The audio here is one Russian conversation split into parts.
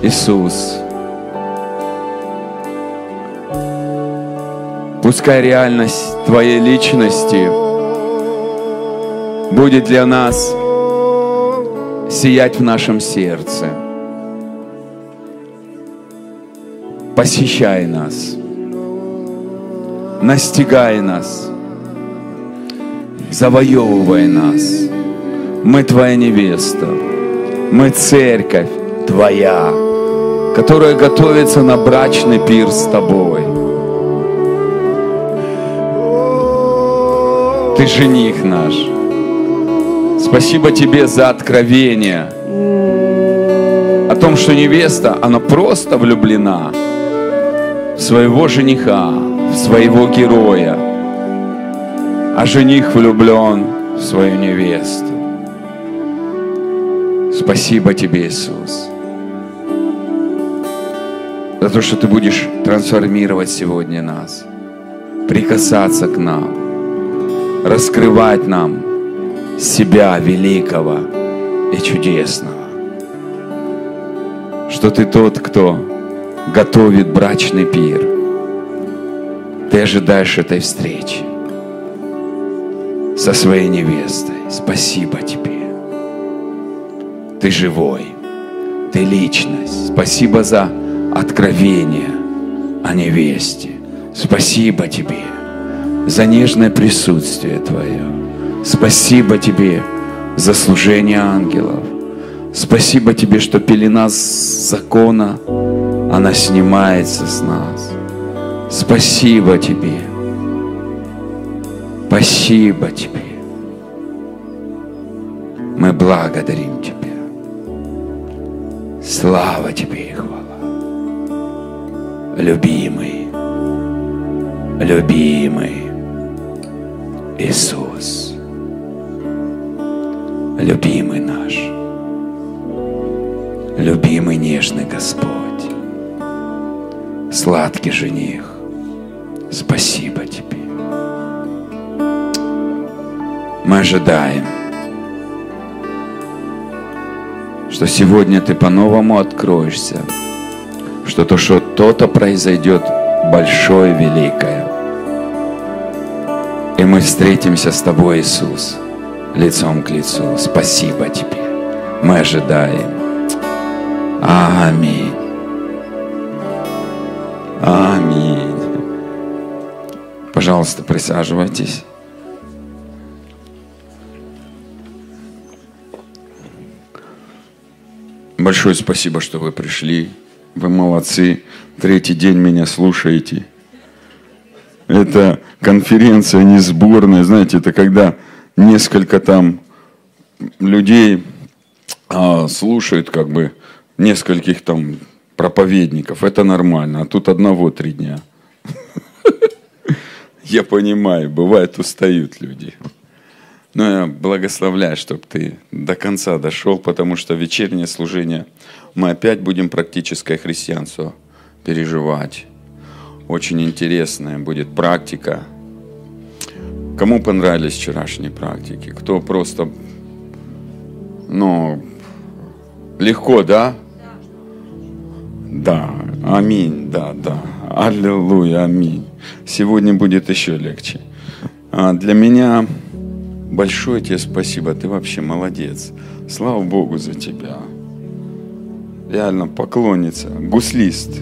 Иисус, пускай реальность Твоей личности будет для нас сиять в нашем сердце. Посещай нас, настигай нас, завоевывай нас. Мы Твоя невеста, мы церковь Твоя, которая готовится на брачный пир с Тобой. Ты жених наш. Спасибо Тебе за откровение о том, что невеста, она просто влюблена в своего жениха, в своего героя, а жених влюблен в свою невесту. Спасибо Тебе, Иисус, за то, что Ты будешь трансформировать сегодня нас, прикасаться к нам, раскрывать нам себя великого и чудесного, что Ты тот, кто готовит брачный пир. Ты ожидаешь этой встречи со своей невестой. Спасибо Тебе. Ты живой, Ты личность. Спасибо за откровение о невесте. Спасибо Тебе за нежное присутствие Твое. Спасибо Тебе за служение ангелов. Спасибо Тебе, что пелена закона, она снимается с нас. Спасибо Тебе. Спасибо Тебе. Мы благодарим Тебя. Слава Тебе и хвала. Любимый, любимый Иисус, любимый наш, любимый нежный Господь, сладкий жених, спасибо Тебе. Мы ожидаем, что сегодня Ты по-новому откроешься, что то-то произойдет большое, великое. И мы встретимся с Тобой, Иисус, лицом к лицу. Спасибо Тебе. Мы ожидаем. Аминь. Аминь. Пожалуйста, присаживайтесь. Большое спасибо, что вы пришли. Вы молодцы. 3-й день меня слушаете. Это конференция не сборная. Знаете, это когда несколько там людей слушают как бы нескольких там проповедников. Это нормально. А тут одного 3 дня. Я понимаю, бывает устают люди. Но я благословляю, чтобы ты до конца дошел, потому что вечернее служение мы опять будем практическое христианство переживать. Очень интересная будет практика. Кому понравились вчерашние практики? Кто просто, легко, да? Да. Аминь, да. Аллилуйя, аминь. Сегодня будет еще легче. Для меня большое тебе спасибо, ты вообще молодец. Слава Богу за тебя. Реально поклонница, гуслист.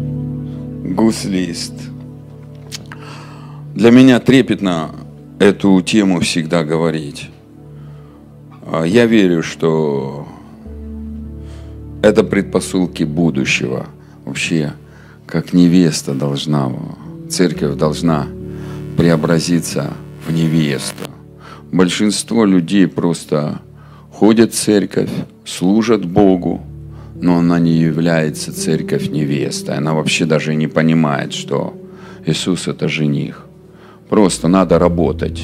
Для меня трепетно эту тему всегда говорить. Я верю, что это предпосылки будущего. Вообще, как невеста церковь должна преобразиться в невесту. Большинство людей просто ходят в церковь, служат Богу, но она не является церковь невестой. Она вообще даже не понимает, что Иисус – это жених. Просто надо работать.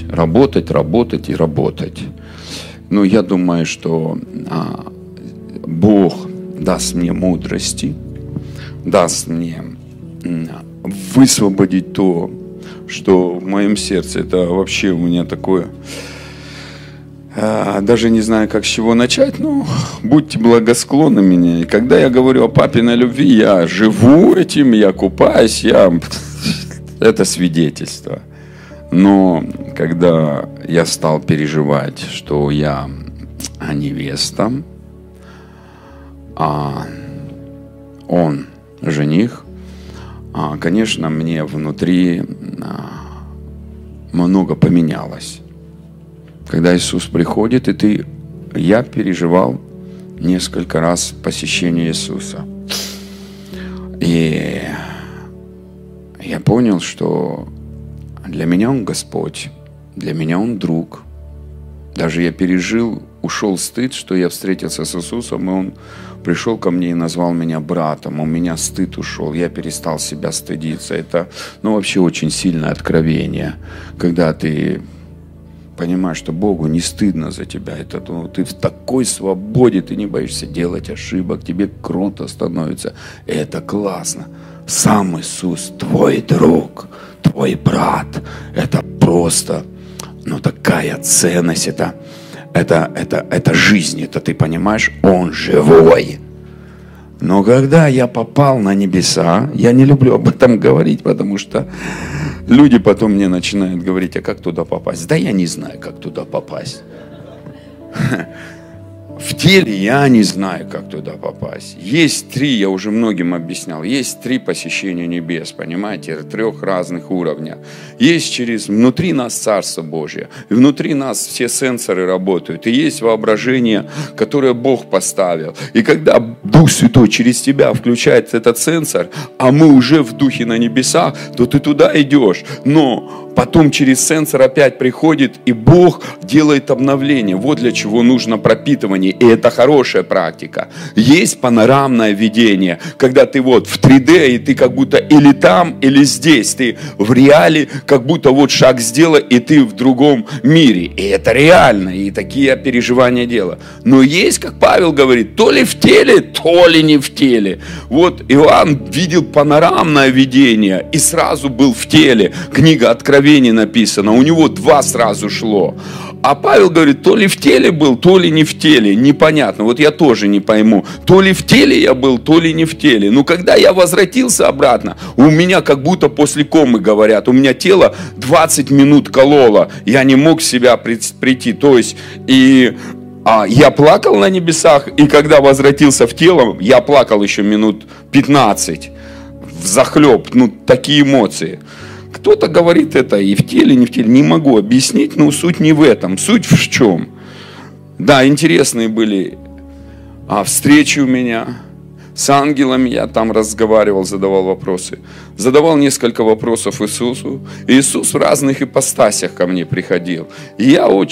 Но я думаю, что Бог даст мне мудрости, даст мне высвободить то, что в моем сердце. Это вообще у меня такое Даже не знаю, как с чего начать, но будьте благосклонны мне. И когда я говорю о папиной любви, я живу этим, я купаюсь, это свидетельство. Но когда я стал переживать, что я невеста, а он жених, конечно, мне внутри много поменялось. Когда Иисус приходит, я переживал несколько раз посещение Иисуса. И я понял, что для меня Он Господь, для меня Он друг. Даже я ушел стыд, что я встретился с Иисусом, и Он пришел ко мне и назвал меня братом. У меня стыд ушел, я перестал себя стыдиться. Это, вообще очень сильное откровение, когда ты понимаешь, что Богу не стыдно за тебя. Ты в такой свободе, ты не боишься делать ошибок, тебе круто становится. И это классно. Сам Иисус, твой друг, твой брат. Это просто, такая ценность. Это жизнь, это ты понимаешь, Он живой. Но когда я попал на небеса, я не люблю об этом говорить, потому что люди потом мне начинают говорить, а как туда попасть? Да я не знаю, как туда попасть. В теле я не знаю, как туда попасть. Есть 3, я уже многим объяснял, есть 3 посещения небес, понимаете, 3 разных уровня. Есть внутри нас Царство Божье, и внутри нас все сенсоры работают, и есть воображение, которое Бог поставил. И когда Дух Святой через тебя включает этот сенсор, а мы уже в Духе на небесах, то ты туда идешь. Но потом через сенсор опять приходит, и Бог делает обновление. Вот для чего нужно пропитывание. И это хорошая практика. Есть панорамное видение, когда ты в 3D, и ты как будто или там, или здесь. Ты в реале, как будто шаг сделал, и ты в другом мире. И это реально, и такие переживания дела. Но есть, как Павел говорит, то ли в теле, то ли не в теле. Иоанн видел панорамное видение, и сразу был в теле. Книга Откровения написано, у него 2 сразу шло. А Павел говорит, то ли в теле был, то ли не в теле. Непонятно. Я тоже не пойму. То ли в теле я был, то ли не в теле. Но когда я возвратился обратно, у меня как будто после комы, говорят, у меня тело 20 минут кололо. Я не мог в себя прийти. То есть, я плакал на небесах, и когда возвратился в тело, я плакал еще минут 15. Взахлеб. Такие эмоции. Кто-то говорит это и в теле, и не в теле. Не могу объяснить, но суть не в этом. Суть в чем? Да, интересные были встречи у меня с ангелами. Я там разговаривал, задавал вопросы. Задавал несколько вопросов Иисусу. И Иисус в разных ипостасях ко мне приходил. И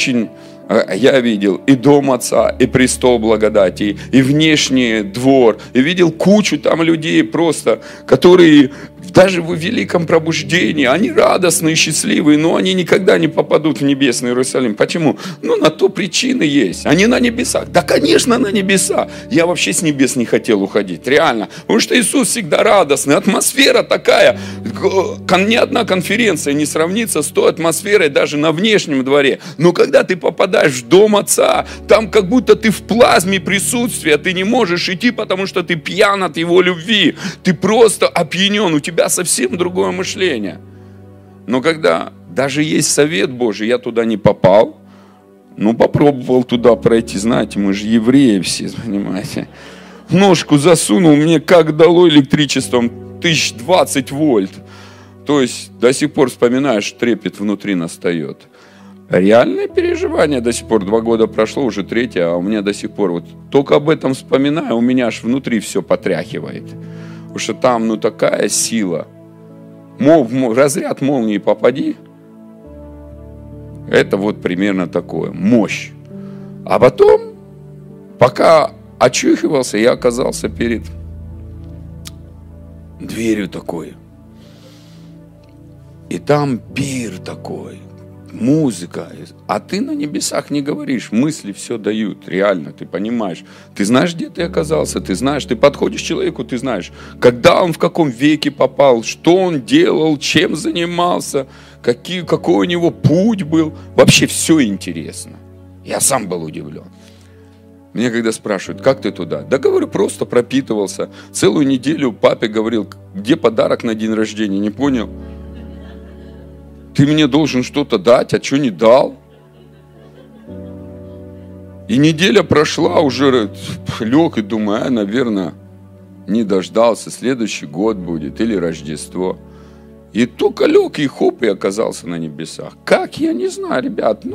я видел и дом Отца, и престол благодати, и внешний двор. И видел кучу там людей просто, которые даже в великом пробуждении, они радостные, счастливые, но они никогда не попадут в небесный Иерусалим. Почему? На то причины есть. Они на небесах. Да, конечно, на небеса. Я вообще с небес не хотел уходить, реально. Потому что Иисус всегда радостный. Атмосфера такая. Ни одна конференция не сравнится с той атмосферой даже на внешнем дворе. Но когда ты попадаешь в дом Отца, там как будто ты в плазме присутствия. Ты не можешь идти, потому что ты пьян от Его любви. Ты просто опьянен. У тебя совсем другое мышление. Но когда даже есть совет Божий, я туда не попал, попробовал туда пройти, знаете, мы же евреи все, понимаете. Ножку засунул, мне как дало электричеством 1020 вольт. То есть до сих пор вспоминаешь, трепет внутри настает. Реальное переживание до сих пор, 2 года прошло, уже 3, а у меня до сих пор, только об этом вспоминаю, у меня аж внутри все потряхивает. Потому что там, такая сила. Разряд молнии попади. Это примерно такое. Мощь. А потом, пока очухивался, я оказался перед дверью такой. И там пир такой. Музыка, а ты на небесах не говоришь, мысли все дают, реально, ты понимаешь, ты знаешь, где ты оказался, ты знаешь, ты подходишь к человеку, ты знаешь, когда он в каком веке попал, что он делал, чем занимался, какой у него путь был, вообще все интересно. Я сам был удивлен. Мне когда спрашивают, как ты туда? Да говорю, просто пропитывался. Целую неделю папе говорил, где подарок на день рождения, не понял? Ты мне должен что-то дать, а что не дал? И неделя прошла, уже лег и думаю, наверное, не дождался, следующий год будет или Рождество. И только лег и хоп, и оказался на небесах. Как, я не знаю, ребят,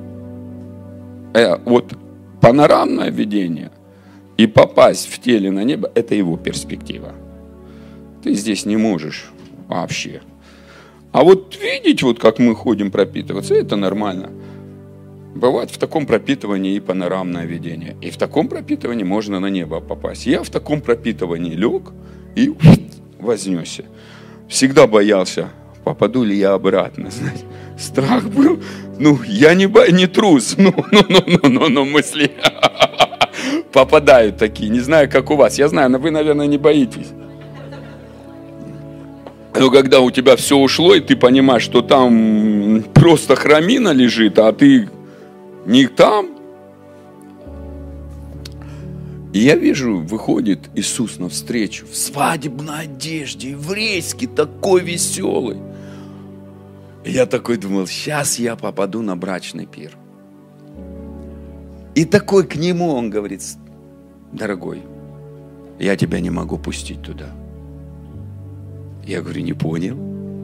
вот панорамное видение и попасть в теле на небо, это его перспектива. Ты здесь не можешь вообще. А вот видеть, вот как мы ходим пропитываться, это нормально. Бывает в таком пропитывании и панорамное видение. И в таком пропитывании можно на небо попасть. Я в таком пропитывании лег и вознесся. Всегда боялся, попаду ли я обратно. Знаете, страх был. Я не трус. Мысли попадают такие. Не знаю, как у вас. Я знаю, но вы, наверное, не боитесь. Но когда у тебя все ушло, и ты понимаешь, что там просто храмина лежит, а ты не там. И я вижу, выходит Иисус навстречу в свадебной одежде, еврейский, такой веселый. И я такой думал, сейчас я попаду на брачный пир. И такой к нему он говорит, дорогой, я тебя не могу пустить туда. Я говорю, не понял.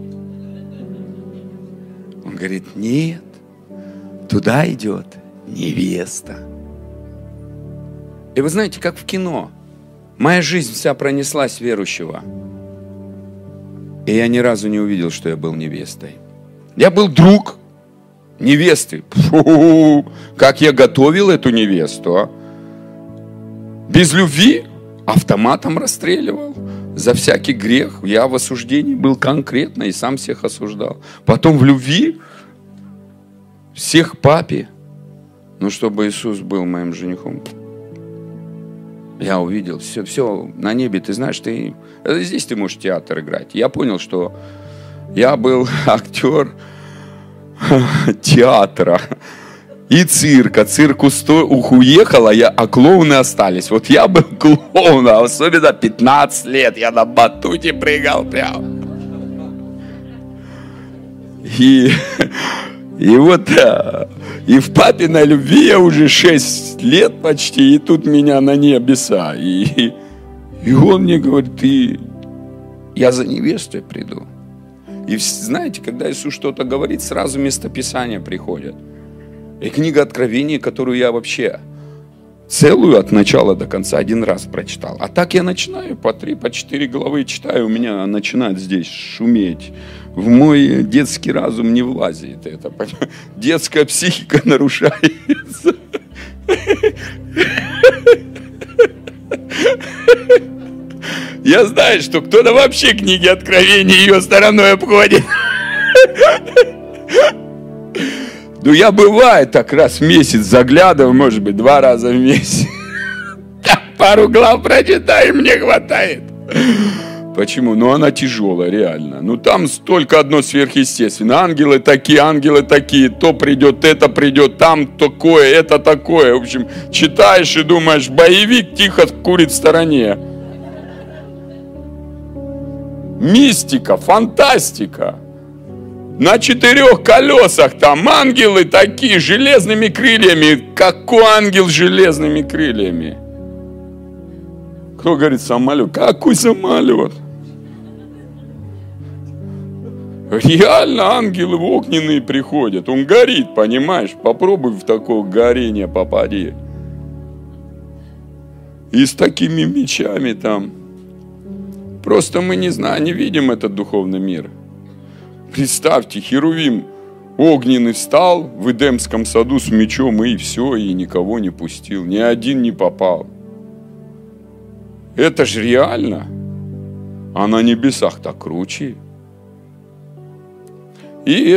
Он говорит, нет, туда идет невеста. И вы знаете, как в кино. Моя жизнь вся пронеслась верующего. И я ни разу не увидел, что я был невестой. Я был друг невесты. Фу, как я готовил эту невесту. А? Без любви автоматом расстреливал. За всякий грех я в осуждении был конкретно и сам всех осуждал. Потом в любви всех папе. Чтобы Иисус был моим женихом. Я увидел все на небе. Ты знаешь, здесь ты можешь театр играть. Я понял, что я был актер театра и цирка. Цирк уехал, а клоуны остались. Вот я был клоуном, особенно 15 лет. Я на батуте прыгал прям. И в папиной любви я уже 6 лет почти, и тут меня на небеса. И он мне говорит, я за невестой приду. И знаете, когда Иисус что-то говорит, сразу местописания приходят. И книга Откровения, которую я вообще целую от начала до конца один раз прочитал. А так я начинаю по 3, по 4 главы читаю, у меня начинает здесь шуметь. В мой детский разум не влазит это. Детская психика нарушается. Я знаю, что кто-то вообще книги Откровения ее стороной обходит. Я бывает так раз в месяц заглядываю, может быть, 2 раза в месяц. Пару глав прочитаю, мне хватает. Почему? Она тяжелая, реально. Там только одно сверхъестественное. Ангелы такие, то придет, это придет, там такое, это такое. В общем, читаешь и думаешь, боевик тихо курит в стороне. Мистика, фантастика. На 4 колесах там ангелы такие, железными крыльями. Какой ангел с железными крыльями? Кто говорит самолет? Какой самолет? Реально ангелы огненные приходят. Он горит, понимаешь? Попробуй в такое горение попади. И с такими мечами там. Просто мы не знаем, не видим этот духовный мир. Представьте, Херувим огненный встал в Эдемском саду с мечом и все, и никого не пустил. Ни один не попал. Это же реально. А на небесах так круче. И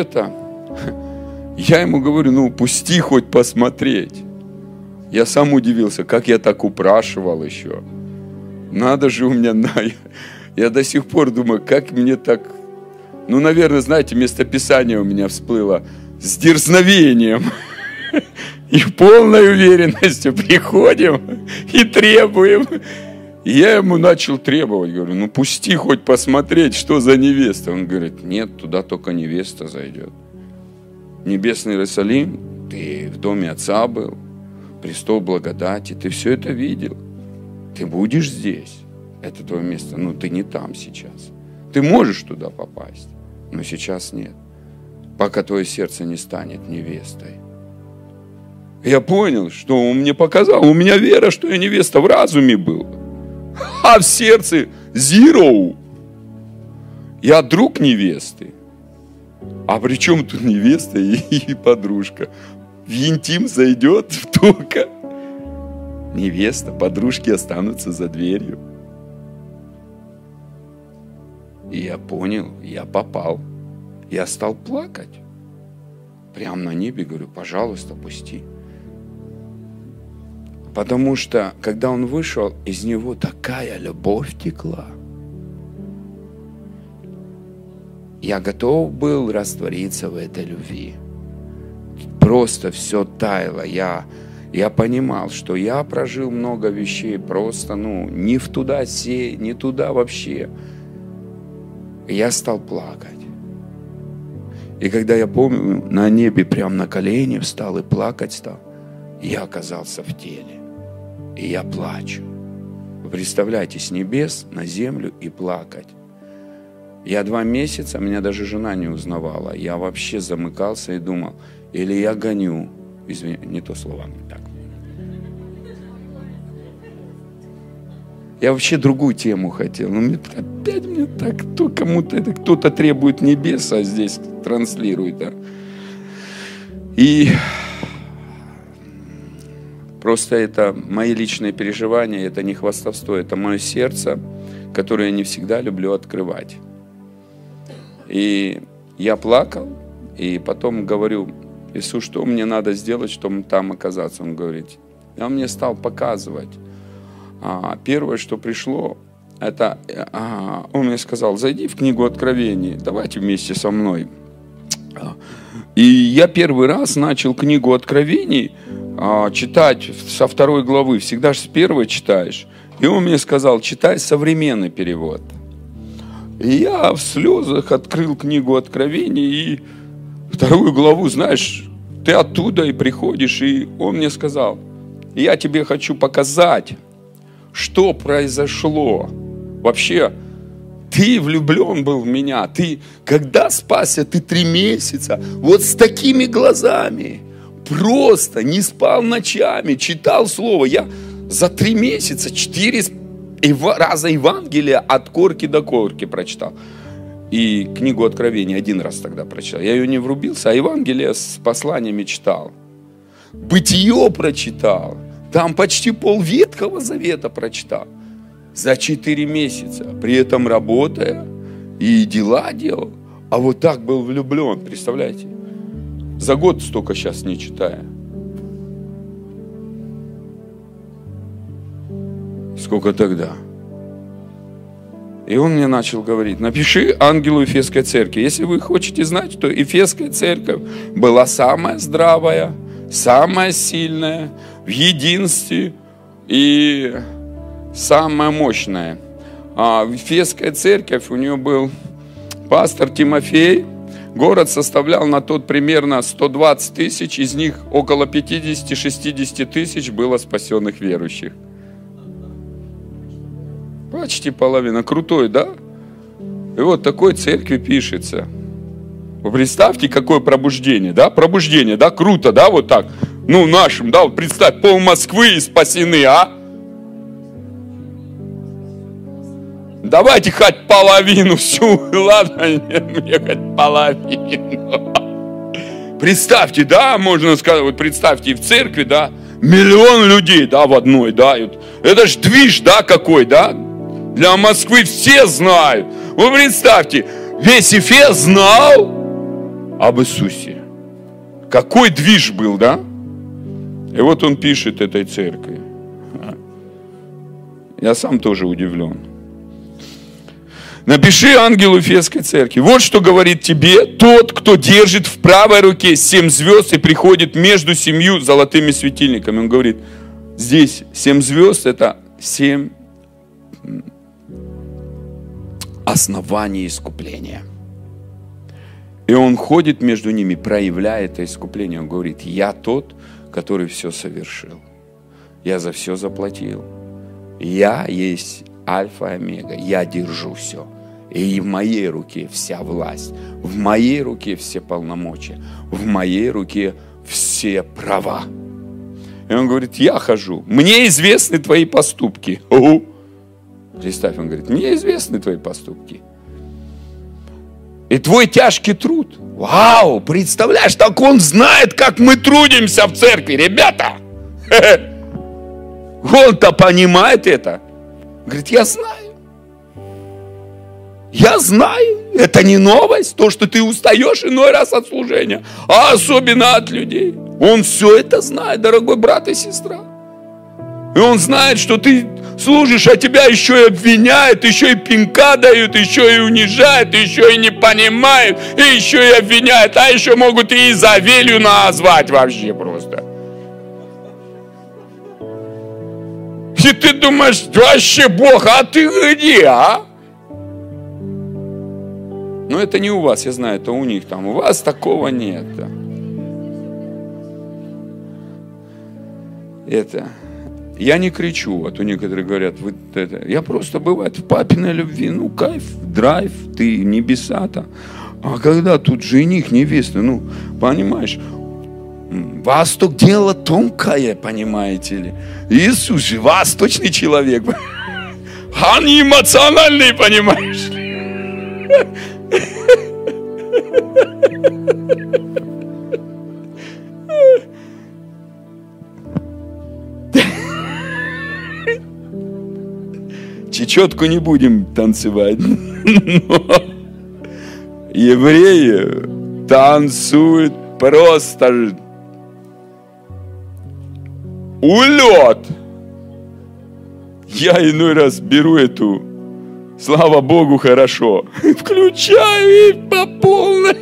я ему говорю, пусти хоть посмотреть. Я сам удивился, как я так упрашивал еще. Надо же у меня, я до сих пор думаю, как мне так, наверное, знаете, местописание у меня всплыло с дерзновением. И полной уверенностью приходим и требуем. И я ему начал требовать, говорю, ну пусти хоть посмотреть, что за невеста. Он говорит, нет, туда только невеста зайдет. Небесный Иерусалим, ты в доме Отца был, престол благодати, ты все это видел. Ты будешь здесь, это твое место, но ты не там сейчас. Ты можешь туда попасть, но сейчас нет, пока твое сердце не станет невестой. Я понял, что он мне показал, у меня вера, что я невеста в разуме был, а в сердце zero. Я друг невесты. А при чем тут невеста и подружка? В интим зайдет только невеста, подружки останутся за дверью. И я понял, я попал. Я стал плакать. Прямо на небе говорю, пожалуйста, пусти. Потому что, когда он вышел, из него такая любовь текла. Я готов был раствориться в этой любви. Просто все таяло. Я понимал, что я прожил много вещей просто, не в туда не туда вообще. Я стал плакать. И когда я помню, на небе прям на колени встал и плакать стал, я оказался в теле. И я плачу. Вы представляете, с небес на землю и плакать. Я 2 месяца, меня даже жена не узнавала. Я вообще замыкался и думал, или я гоню. Извини, не то словами так. Я вообще другую тему хотел. Но опять мне так, кому-то это кто-то требует небес, а здесь транслирует. Да? И просто это мои личные переживания, это не хвастовство, это мое сердце, которое я не всегда люблю открывать. И я плакал, и потом говорю, Иисус, что мне надо сделать, чтобы там оказаться? Он говорит, и он мне стал показывать. Первое, что пришло, это он мне сказал, зайди в книгу Откровений, давайте вместе со мной. И я первый раз начал книгу Откровений читать со 2 главы, всегда же с 1 читаешь. И он мне сказал, читай современный перевод. И я в слезах открыл книгу Откровений и 2 главу, знаешь, ты оттуда и приходишь, и он мне сказал, я тебе хочу показать, что произошло. Вообще, ты влюблен был в меня, ты, когда спасся, ты 3 месяца, вот с такими глазами, просто не спал ночами, читал слово. Я за 3 месяца 4 раза Евангелие от корки до корки прочитал. И книгу Откровения 1 раз тогда прочитал. Я ее не врубился, а Евангелие с посланиями читал. Бытие прочитал. Там почти пол Ветхого Завета прочитал. За 4 месяца. При этом работая и дела делал. А вот так был влюблен, представляете? За год столько сейчас не читая. Сколько тогда? И он мне начал говорить, напиши ангелу Ефесской церкви. Если вы хотите знать, то Ефесская церковь была самая здравая, самая сильная, в единстве и самая мощная. А Ефесская церковь, у нее был пастор Тимофей. Город составлял на тот примерно 120 тысяч, из них около 50-60 тысяч было спасенных верующих. Почти половина. Крутой, да? И вот такой церкви пишется. Вы представьте, какое пробуждение, да? Пробуждение, да? Круто, да? Вот так. Нашим, да? Вот представь, пол Москвы спасены, а? Давайте хоть половину всю. Ладно, мне хоть половину. Представьте, да? Можно сказать, вот представьте, и в церкви, да? 1 миллион людей, да, в одной, да? Это ж движ, да, какой, да? Для Москвы все знают. Вы представьте, весь Эфес знал об Иисусе. Какой движ был, да? И вот он пишет этой церкви. Я сам тоже удивлен. Напиши ангелу Ефесской церкви. Вот что говорит тебе тот, кто держит в правой руке 7 звезд и приходит между 7 золотыми светильниками. Он говорит, здесь 7 звезд, это 7 оснований искупления. И он ходит между ними, проявляя это искупление. Он говорит, я тот, который все совершил. Я за все заплатил. Я есть альфа и омега. Я держу все. И в моей руке вся власть. В моей руке все полномочия. В моей руке все права. И он говорит, я хожу. Мне известны твои поступки. Представь, он говорит, мне известны твои поступки. И твой тяжкий труд. Вау, представляешь, так он знает, как мы трудимся в церкви, ребята. Он-то понимает это. Говорит, я знаю. Я знаю. Это не новость, то, что ты устаешь иной раз от служения, а особенно от людей. Он все это знает, дорогой брат и сестра. И он знает, что ты служишь, а тебя еще и обвиняют, еще и пинка дают, еще и унижают, еще и не понимают, и еще и обвиняют, а еще могут и Изавелью назвать вообще просто. И ты думаешь, вообще Бог, а ты где, а? Но это не у вас, я знаю, это у них там. У вас такого нет. Это... Я не кричу, вот у некоторых говорят, вот это. Я просто бывает в папиной любви, ну кайф, драйв, ты небеса-то. А когда тут жених, невеста, ну, понимаешь, восток дело тонкое, понимаете ли. Иисус же восточный человек. Он эмоциональный, понимаешь ли. Чечетку не будем танцевать. Но евреи танцуют просто улет. Я иной раз беру эту, слава Богу, хорошо, включаю и по полной.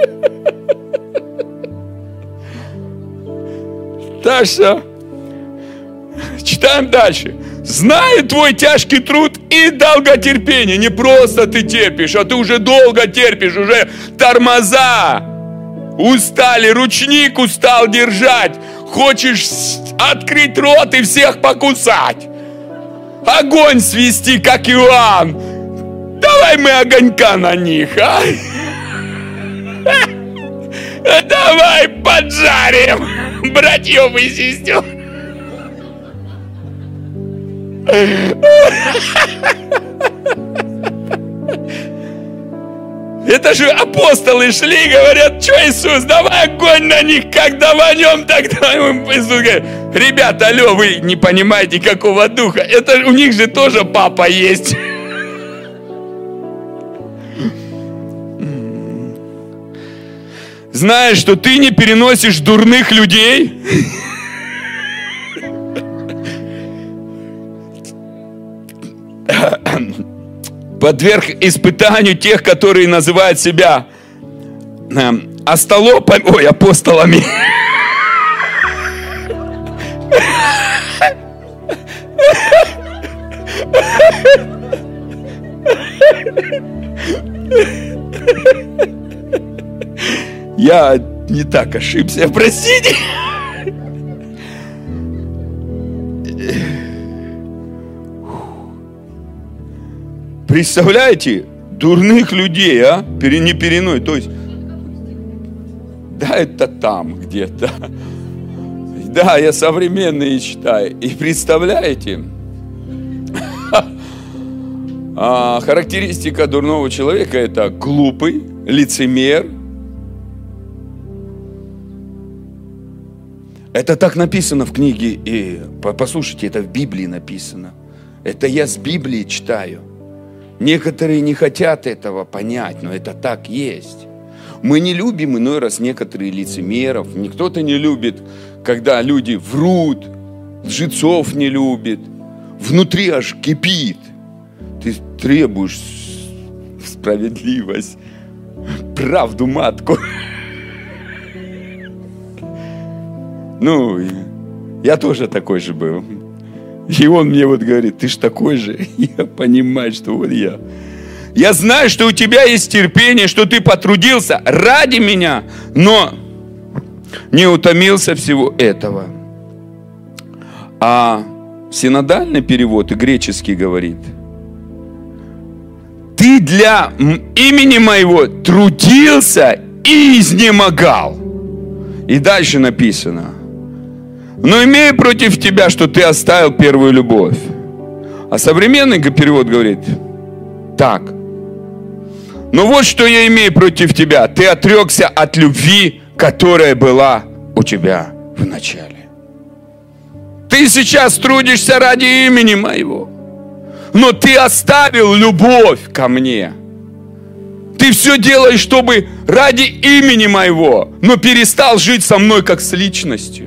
Так что читаем дальше. Знает твой тяжкий труд и долготерпение. Не просто ты терпишь, а ты уже долго терпишь, уже тормоза устали, ручник устал держать. Хочешь открыть рот и всех покусать. Огонь свести, как Иоанн. Давай мы огонька на них, а? Давай поджарим братьев и сестер. Это же апостолы шли, говорят, что Иисус, давай огонь на них, как даванем, так даванем. Иисус говорит, ребята, алло, вы не понимаете, какого духа, это у них же тоже папа есть. Знаешь, что ты не переносишь дурных людей? Подверг испытанию тех, которые называют себя апостолами. Я не так ошибся, простите. Представляете, дурных людей, а? Не переной, то есть, да, это там где-то. Да, я современные читаю. И представляете, характеристика дурного человека — это глупый, лицемер. Это так написано в книге, и послушайте, это в Библии написано. Это я с Библии читаю. Некоторые не хотят этого понять, но это так есть. Мы не любим иной раз некоторых лицемеров. Кто-то не любит, когда люди врут, лжецов не любит. Внутри аж кипит. Ты требуешь справедливость, правду матку. Ну, я тоже такой же был. И он мне вот говорит, ты ж такой же. Я понимаю, что вот я. Я знаю, что у тебя есть терпение, что ты потрудился ради меня, но не утомился всего этого. А синодальный перевод и греческий говорит, ты для имени моего трудился и изнемогал. И дальше написано, но имею против тебя, что ты оставил первую любовь. А современный перевод говорит так. Ну вот что я имею против тебя. Ты отрекся от любви, которая была у тебя в начале. Ты сейчас трудишься ради имени моего, но ты оставил любовь ко мне. Ты все делаешь, чтобы ради имени моего, но перестал жить со мной как с личностью.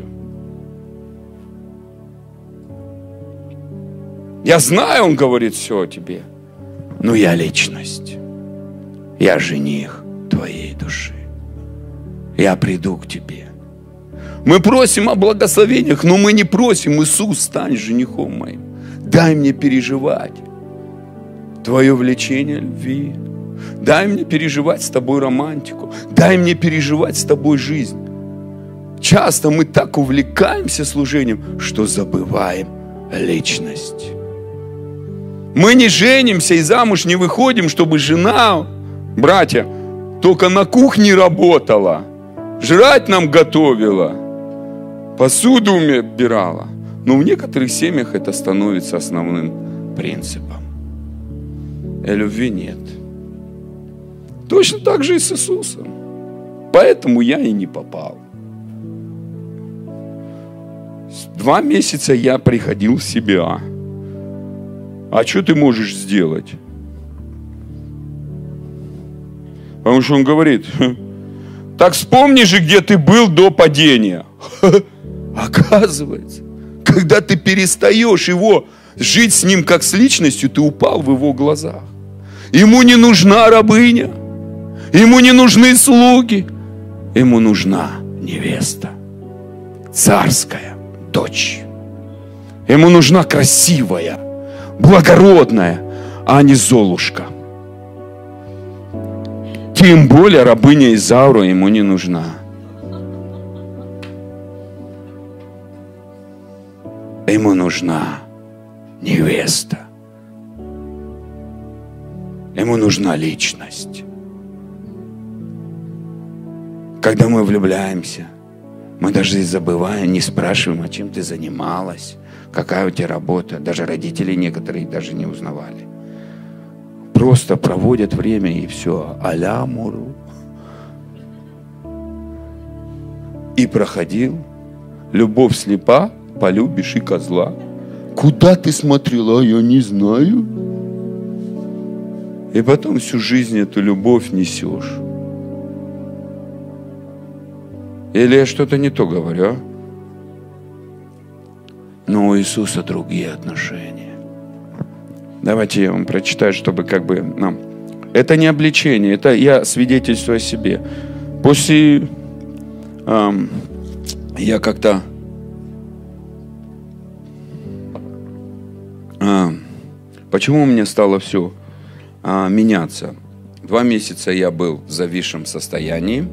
Я знаю, он говорит все о тебе, но я личность. Я жених твоей души. Я приду к тебе. Мы просим о благословениях, но мы не просим, Иисус, стань женихом моим. Дай мне переживать твое влечение любви. Дай мне переживать с тобой романтику. Дай мне переживать с тобой жизнь. Часто мы так увлекаемся служением, что забываем личность. Мы не женимся и замуж не выходим, чтобы жена, братья, только на кухне работала, жрать нам готовила, посуду убирала. Но в некоторых семьях это становится основным принципом. И любви нет. Точно так же и с Иисусом. Поэтому я и не попал. 2 месяца я приходил в себя. А что ты можешь сделать? Потому что он говорит, так вспомни же, где ты был до падения. Оказывается, когда ты перестаешь его жить с ним как с личностью, ты упал в его глазах. Ему не нужна рабыня, ему не нужны слуги, ему нужна невеста, царская дочь. Ему нужна красивая, благородная, а не Золушка. Тем более рабыня Изаура ему не нужна. Ему нужна невеста. Ему нужна личность. Когда мы влюбляемся, мы даже и забываем, не спрашиваем, а чем ты занималась, какая у тебя работа. Даже родители некоторые даже не узнавали. Просто проводят время и все. Аля муру. И проходил. Любовь слепа, полюбишь и козла. Куда ты смотрела, я не знаю. И потом всю жизнь эту любовь несешь. Или я что-то не то говорю, а? Но у Иисуса другие отношения. Давайте я вам прочитаю, чтобы как бы нам... Это не обличение, это я свидетельствую о себе. После... я как-то... почему у меня стало все меняться? 2 месяца я был в зависшем состоянии.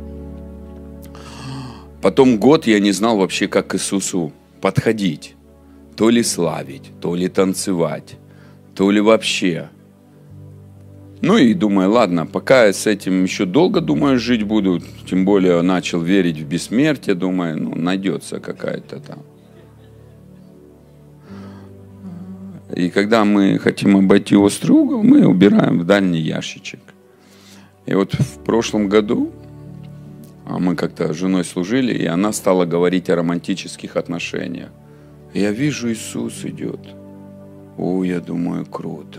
Потом год я не знал вообще, как к Иисусу подходить. То ли славить, то ли танцевать, то ли вообще. Ну и думаю, ладно, пока я с этим еще долго, думаю, жить буду, тем более начал верить в бессмертие, думаю, ну, найдется какая-то там. И когда мы хотим обойти острый угол, мы убираем в дальний ящичек. И вот в прошлом году мы как-то с женой служили, и она стала говорить о романтических отношениях. Я вижу, Иисус идет. О, я думаю, круто.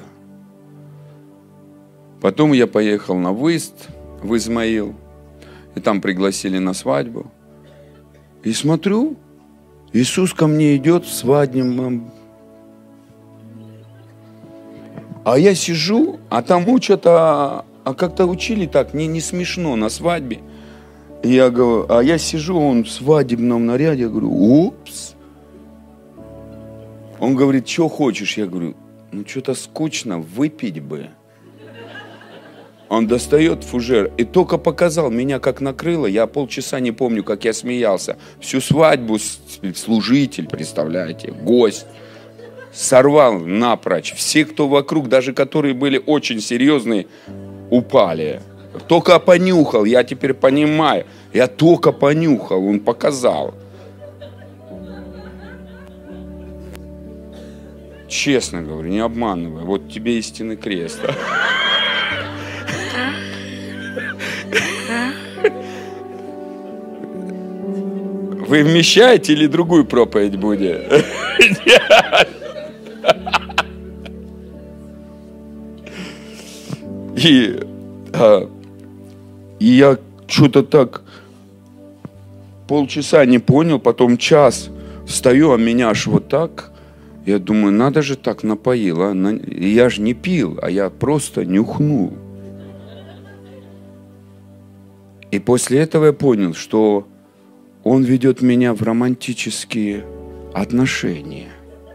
Потом я поехал на выезд в Измаил, и там пригласили на свадьбу. И смотрю, Иисус ко мне идет в свадебном. А я сижу, а там учат о а как-то учили так, не смешно на свадьбе. И я говорю, а я сижу, он в свадебном наряде, я говорю, упс. Он говорит, что хочешь? Я говорю, ну что-то скучно, выпить бы. Он достает фужер и только показал, меня как накрыло. Я полчаса не помню, как я смеялся. Всю свадьбу служитель, представляете, гость. Сорвал напрочь. Все, кто вокруг, даже которые были очень серьезные, упали. Только понюхал, я теперь понимаю. Я только понюхал, он показал. Честно говорю, не обманывай. Вот тебе истинный крест. Вы вмещаете или другую проповедь будет? И я что-то так полчаса не понял, потом час встаю, а меня аж вот так. Я думаю, надо же так напоил. А? Я же не пил, а я просто нюхнул. И после этого я понял, что он ведет меня в романтические отношения.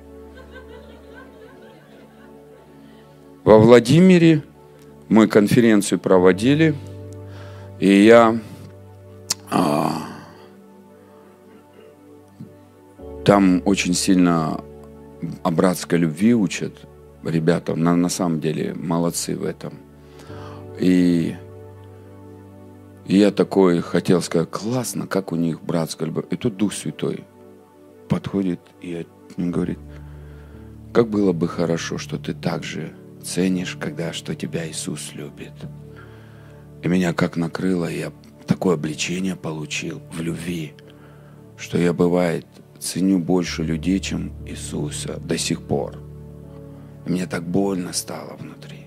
Во Владимире мы конференцию проводили, и я там очень сильно о братской любви учат ребята, на самом деле молодцы в этом. И я такой хотел сказать, классно, как у них братская любовь. И тут Дух Святой подходит и говорит, как было бы хорошо, что ты так же ценишь, что тебя Иисус любит. И меня как накрыло, я такое обличение получил в любви, что я, бывает, ценю больше людей, чем Иисуса до сих пор. И мне так больно стало внутри.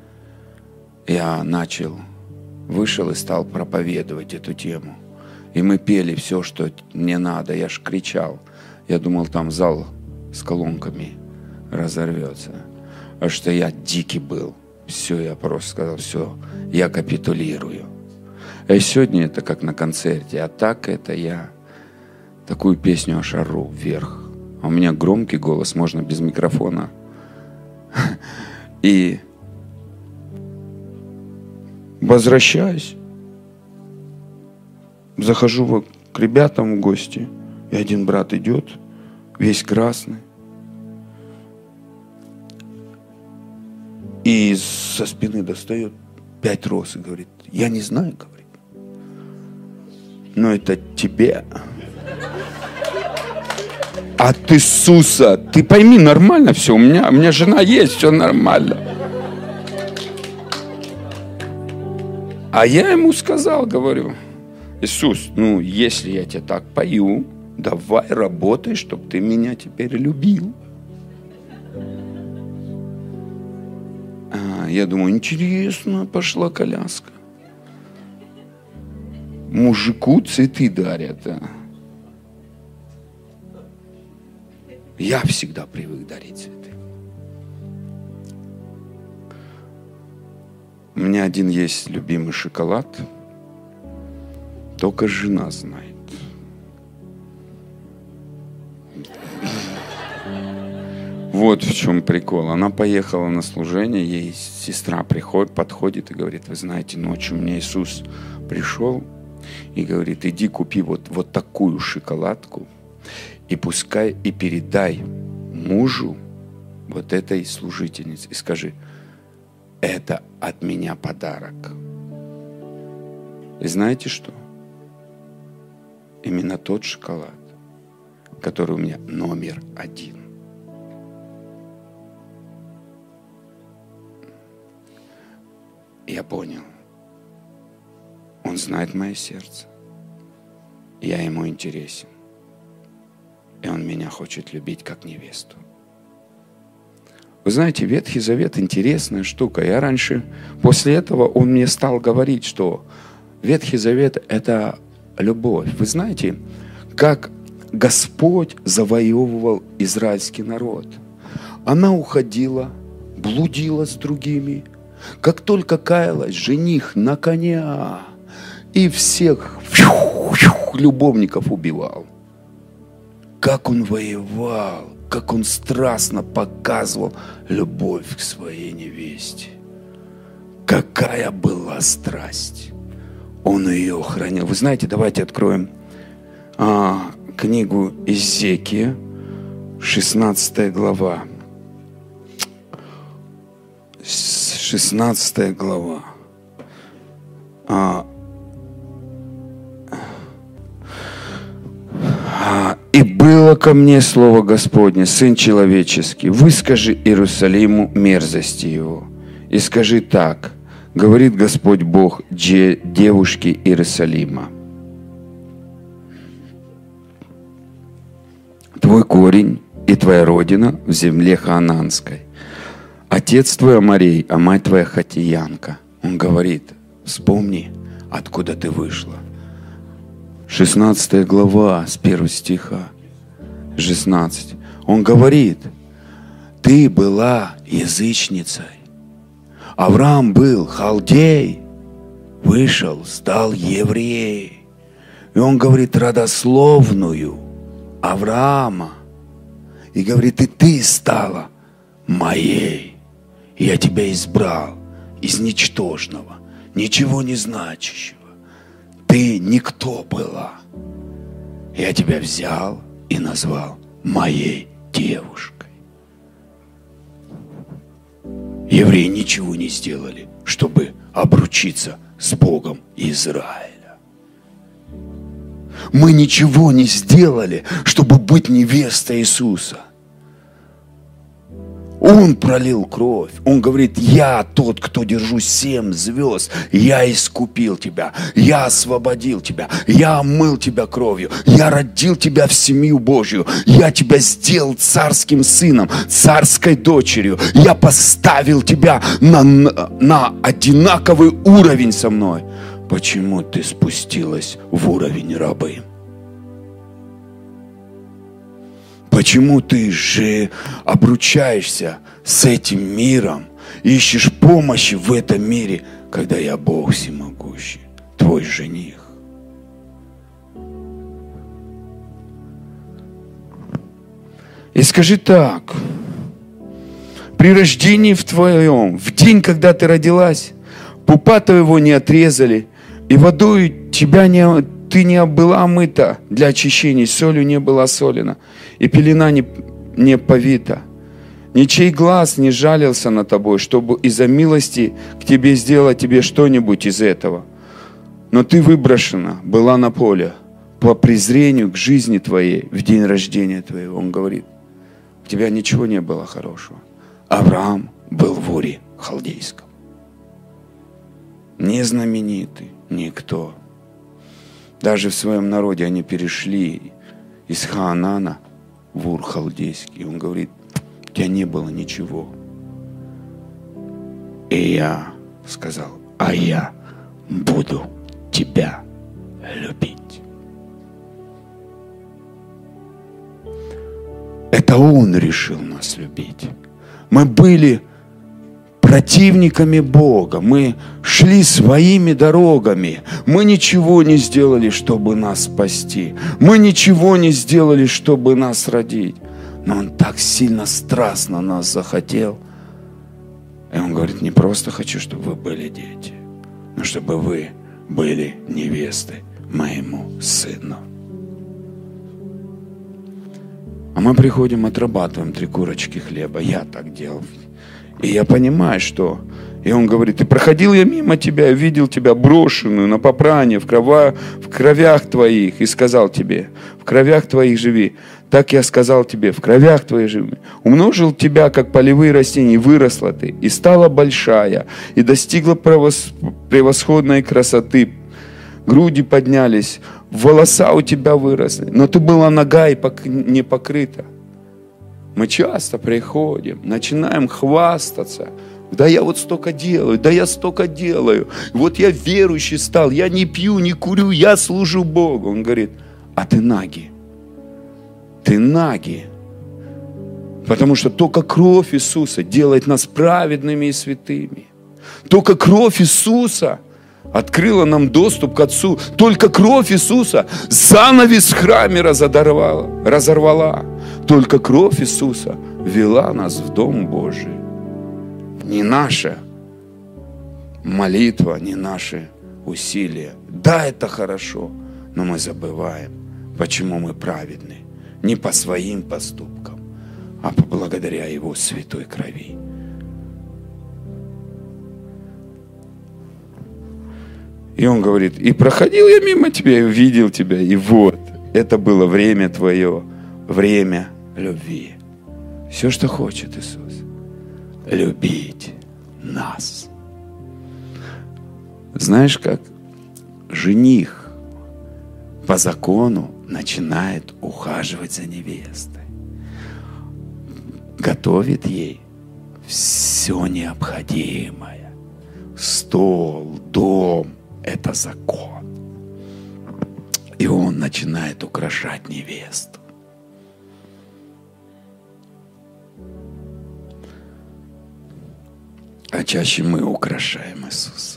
Я вышел и стал проповедовать эту тему. И мы пели все, что мне надо. Я ж кричал. Я думал, там зал с колонками разорвется. А что я дикий был. Все, я просто сказал, все, я капитулирую. И сегодня это как на концерте. А так это я такую песню аж ору вверх. А у меня громкий голос, можно без микрофона. И возвращаюсь. Захожу к ребятам в гости. И один брат идет, весь красный. И со спины достает 5 роз и говорит, я не знаю, говорит, но это тебе. От Иисуса. Ты пойми, нормально все. У меня жена есть, все нормально. А я ему сказал, говорю, Иисус, если я тебе так пою, давай работай, чтобы ты меня теперь любил. Я думаю, интересно, пошла коляска. Мужику цветы дарят. Я всегда привык дарить цветы. У меня один есть любимый шоколад. Только жена знает. Вот в чем прикол. Она поехала на служение, ей сестра подходит и говорит, вы знаете, ночью мне Иисус пришел и говорит, иди купи вот такую шоколадку и пускай и передай мужу вот этой служительнице и скажи, это от меня подарок. И знаете что? Именно тот шоколад, который у меня номер 1. Я понял. Он знает мое сердце. Я ему интересен. И он меня хочет любить как невесту. Вы знаете, Ветхий Завет интересная штука. Я раньше, после этого он мне стал говорить, что Ветхий Завет – это любовь. Вы знаете, как Господь завоевывал израильский народ. Она уходила, блудила с другими, Как только каялась, жених на коня и всех любовников убивал. Как он воевал, как он страстно показывал любовь к своей невесте. Какая была страсть. Он ее хранил. Вы знаете, давайте откроем книгу Иезекия, 16 глава. 16 глава. «И было ко мне слово Господне, Сын человеческий, выскажи Иерусалиму мерзости его, и скажи так, говорит Господь Бог девушке Иерусалима. Твой корень и твоя родина в земле ханаанской. Отец твой Аморей, а мать твоя хатиянка». Он говорит, вспомни, откуда ты вышла. 16 глава, с 1 стиха, 16. Он говорит, ты была язычницей. Авраам был халдей, вышел, стал евреем. И он говорит, родословную Авраама. И говорит, и ты стала моей. Я тебя избрал из ничтожного, ничего не значащего. Ты никто была. Я тебя взял и назвал моей девушкой. Евреи ничего не сделали, чтобы обручиться с Богом Израиля. Мы ничего не сделали, чтобы быть невестой Иисуса. Он пролил кровь. Он говорит, я тот, кто держу 7 звезд. Я искупил тебя. Я освободил тебя. Я омыл тебя кровью. Я родил тебя в семью Божью. Я тебя сделал царским сыном, царской дочерью. Я поставил тебя на одинаковый уровень со мной. Почему ты спустилась в уровень рабы? Почему ты же обручаешься с этим миром, ищешь помощи в этом мире, когда я Бог всемогущий, твой жених? И скажи так, при рождении в твоем, в день, когда ты родилась, пупа твоего не отрезали, и водой ты не была омыта для очищения, солью не была солена, и пелена не повита. Ничей глаз не жалился над тобой, чтобы из-за милости к тебе сделать тебе что-нибудь из этого. Но ты выброшена была на поле по презрению к жизни твоей в день рождения твоего. Он говорит, у тебя ничего не было хорошего. Авраам был в Уре халдейском. Не знаменитый, никто. Даже в своем народе они перешли из Хаанана в Ур халдейский. И он говорит, у тебя не было ничего. И я сказал, а я буду тебя любить. Это Он решил нас любить. Мы были противниками Бога. Мы шли своими дорогами. Мы ничего не сделали, чтобы нас спасти. Мы ничего не сделали, чтобы нас родить. Но Он так сильно, страстно нас захотел. И Он говорит, не просто хочу, чтобы вы были дети, но чтобы вы были невесты моему сыну. А мы приходим, отрабатываем 3 курочки хлеба. Я так делал. И я понимаю, что... И он говорит, и проходил я мимо тебя, видел тебя брошенную на попрание в кровях твоих, и сказал тебе, в кровях твоих живи. Так я сказал тебе, в кровях твоих живи. Умножил тебя, как полевые растения, и выросла ты, и стала большая, и достигла превосходной красоты. Груди поднялись, волоса у тебя выросли, но ты была нага и не покрыта. Мы часто приходим, начинаем хвастаться. Да я вот столько делаю, да я столько делаю. Вот я верующий стал, я не пью, не курю, я служу Богу. Он говорит, а ты наги. Ты наги. Потому что только кровь Иисуса делает нас праведными и святыми. Только кровь Иисуса открыла нам доступ к Отцу. Только кровь Иисуса занавес в храме разорвала. Только кровь Иисуса вела нас в Дом Божий. Не наша молитва, не наши усилия. Да, это хорошо, но мы забываем, почему мы праведны. Не по своим поступкам, а благодаря Его святой крови. И Он говорит, и проходил я мимо тебя, и увидел тебя, и вот, это было время твое, время любви. Все, что хочет Иисус, любить нас. Знаешь, как жених по закону начинает ухаживать за невестой, готовит ей все необходимое. Стол, дом – это закон. И он начинает украшать невесту. А чаще мы украшаем Иисуса.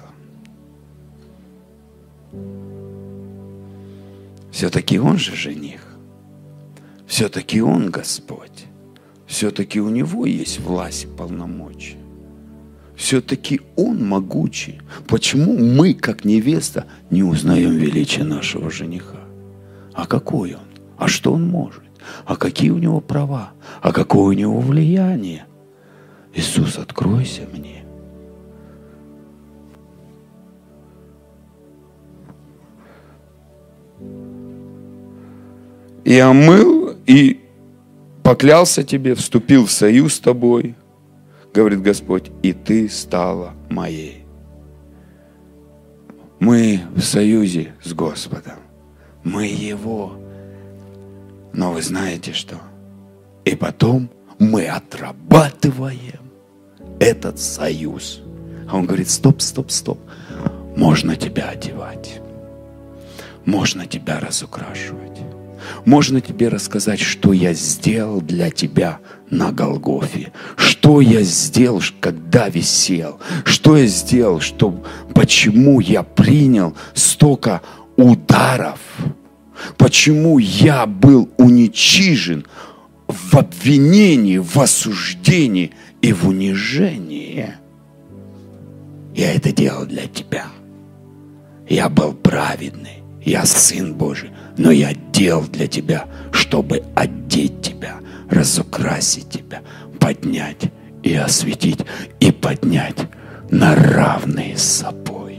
Все-таки Он же жених. Все-таки Он Господь. Все-таки у Него есть власть и полномочия. Все-таки Он могучий. Почему мы, как невеста, не узнаем величия нашего жениха? А какой Он? А что Он может? А какие у Него права? А какое у Него влияние? Иисус, откройся мне. И омыл, и поклялся тебе, вступил в союз с тобой, говорит Господь, и ты стала моей. Мы в союзе с Господом. Мы Его. Но вы знаете что? И потом мы отрабатываем этот союз. А Он говорит, стоп. Можно тебя одевать. Можно тебя разукрашивать. Можно тебе рассказать, что я сделал для тебя на Голгофе. Что я сделал, когда висел. Что я сделал, почему я принял столько ударов. Почему я был уничижен в обвинении, в осуждении и в унижении. Я это делал для тебя. Я был праведный. Я Сын Божий. Но я делал для тебя, чтобы одеть тебя, разукрасить тебя, поднять и осветить, и поднять на равные с собой.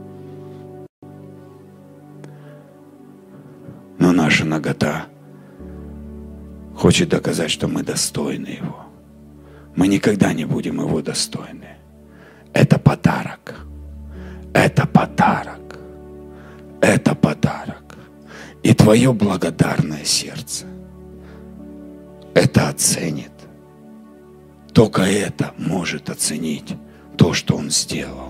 Но наша нагота хочет доказать, что мы достойны Его. Мы никогда не будем Его достойны. Это подарок. Это подарок. Это подарок. И твое благодарное сердце это оценит. Только это может оценить то, что Он сделал.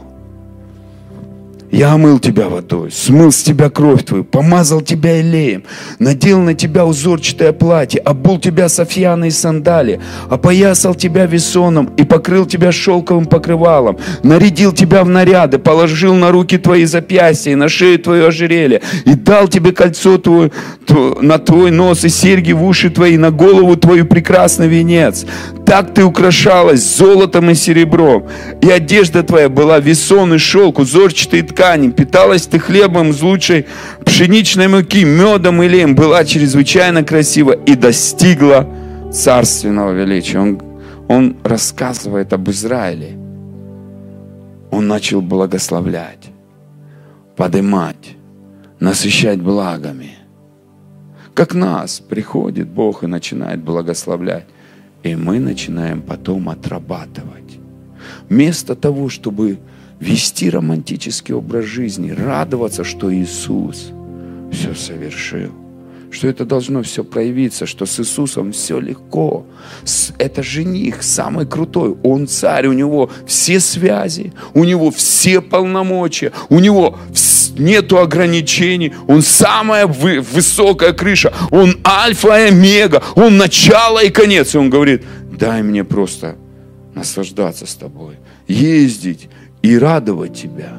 Я омыл тебя водой, смыл с тебя кровь твою, помазал тебя елеем, надел на тебя узорчатое платье, обул тебя софьяной сандали, опоясал тебя весоном и покрыл тебя шелковым покрывалом, нарядил тебя в наряды, положил на руки твои запястья и на шею твое ожерелье, и дал тебе кольцо твое, на твой нос и серьги в уши твои, на голову твою прекрасный венец. Так ты украшалась золотом и серебром, и одежда твоя была весон и шелк, узорчатые ткани, питалась ты хлебом из лучшей пшеничной муки, медом и лем, была чрезвычайно красива и достигла царственного величия. Он рассказывает об Израиле. Он начал благословлять, поднимать, насыщать благами. Как нас приходит Бог и начинает благословлять. И мы начинаем потом отрабатывать. Вместо того, чтобы вести романтический образ жизни, радоваться, что Иисус все совершил, что это должно все проявиться, что с Иисусом все легко. Это жених самый крутой, Он царь, у Него все связи, у Него все полномочия, у Него нету ограничений, Он самая высокая крыша, Он альфа и омега, Он начало и конец. И Он говорит, дай мне просто наслаждаться с тобой, ездить и радовать Тебя.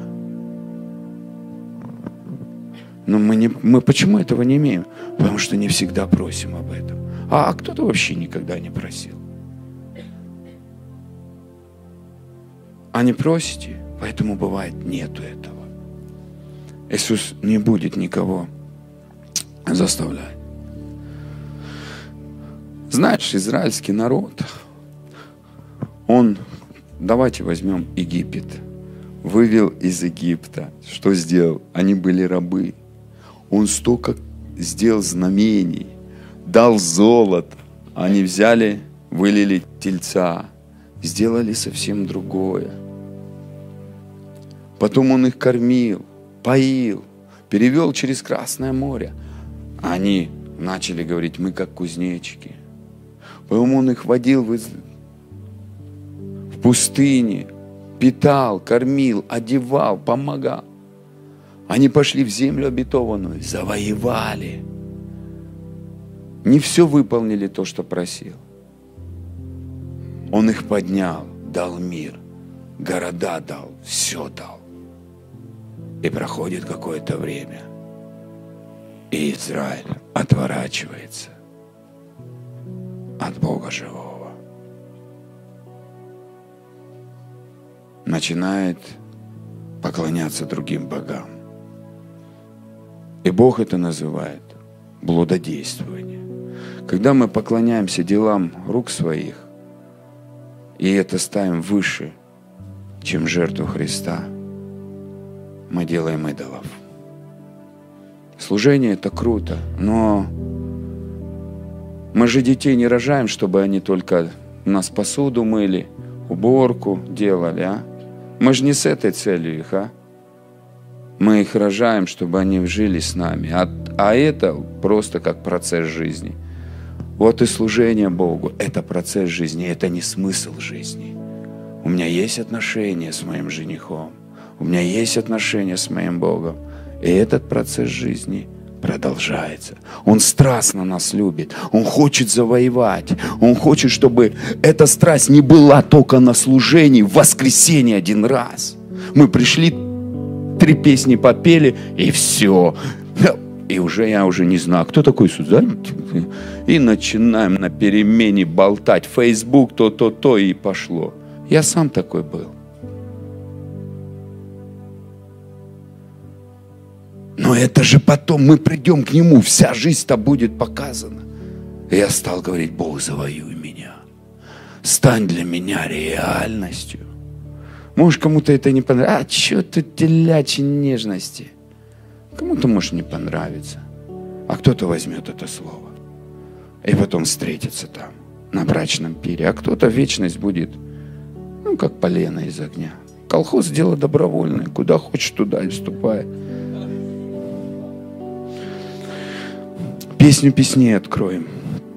Но мы почему этого не имеем? Потому что не всегда просим об этом. А кто-то вообще никогда не просил. А не просите, поэтому бывает нету этого. Иисус не будет никого заставлять. Знаешь, израильский народ, давайте возьмем Египет. Вывел из Египта. Что сделал? Они были рабы. Он столько сделал знамений, дал золото. Они взяли, вылили тельца, сделали совсем другое. Потом он их кормил, поил, перевел через Красное море. Они начали говорить: мы как кузнечики. Потом он их водил в пустыне, питал, кормил, одевал, помогал. Они пошли в землю обетованную, завоевали. Не все выполнили то, что просил. Он их поднял, дал мир, города дал, все дал. И проходит какое-то время, и Израиль отворачивается от Бога живого. Начинает поклоняться другим богам. И Бог это называет блудодействование. Когда мы поклоняемся делам рук своих, и это ставим выше, чем жертву Христа, мы делаем идолов. Служение – это круто, но мы же детей не рожаем, чтобы они только у нас посуду мыли, уборку делали, а? Мы же не с этой целью их, а? Мы их рожаем, чтобы они жили с нами. А это просто как процесс жизни. Вот и служение Богу – это процесс жизни, это не смысл жизни. У меня есть отношения с моим женихом, у меня есть отношения с моим Богом. И этот процесс жизни продолжается. Он страстно нас любит. Он хочет завоевать. Он хочет, чтобы эта страсть не была только на служении в воскресенье один раз. Мы пришли, 3 песни попели, и все. И я уже не знаю, кто такой Иисус, да? И начинаем на перемене болтать. Facebook, то, и пошло. Я сам такой был. Но это же потом мы придем к Нему, вся жизнь-то будет показана. И я стал говорить: Бог, завоюй меня. Стань для меня реальностью. Может, кому-то это не понравится. А что тут телячьи нежности? Кому-то, может, не понравится. А кто-то возьмет это слово. И потом встретится там, на брачном пире. А кто-то вечность будет, как полено из огня. Колхоз – дело добровольное. Куда хочешь, туда и вступай. Песню песней откроем.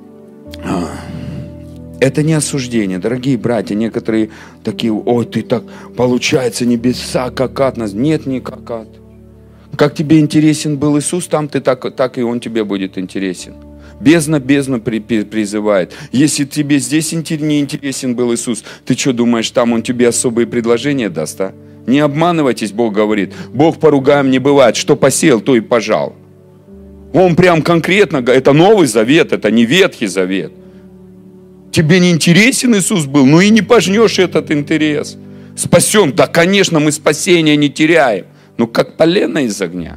Это не осуждение, дорогие братья. Некоторые такие: ой, ты так, получается, небеса как ад нас. Нет, не как ад. Как тебе интересен был Иисус, там ты так и Он тебе будет интересен. Бездна призывает. Если тебе здесь не интересен был Иисус, ты что думаешь, там Он тебе особые предложения даст, а? Не обманывайтесь, Бог говорит. Бог поругаем не бывает. Что посеял, то и пожал. Он прям конкретно, это Новый Завет, это не Ветхий Завет. Тебе не интересен Иисус был, ну и не пожнешь этот интерес. Спасен, да, конечно, мы спасения не теряем, но как полено из огня.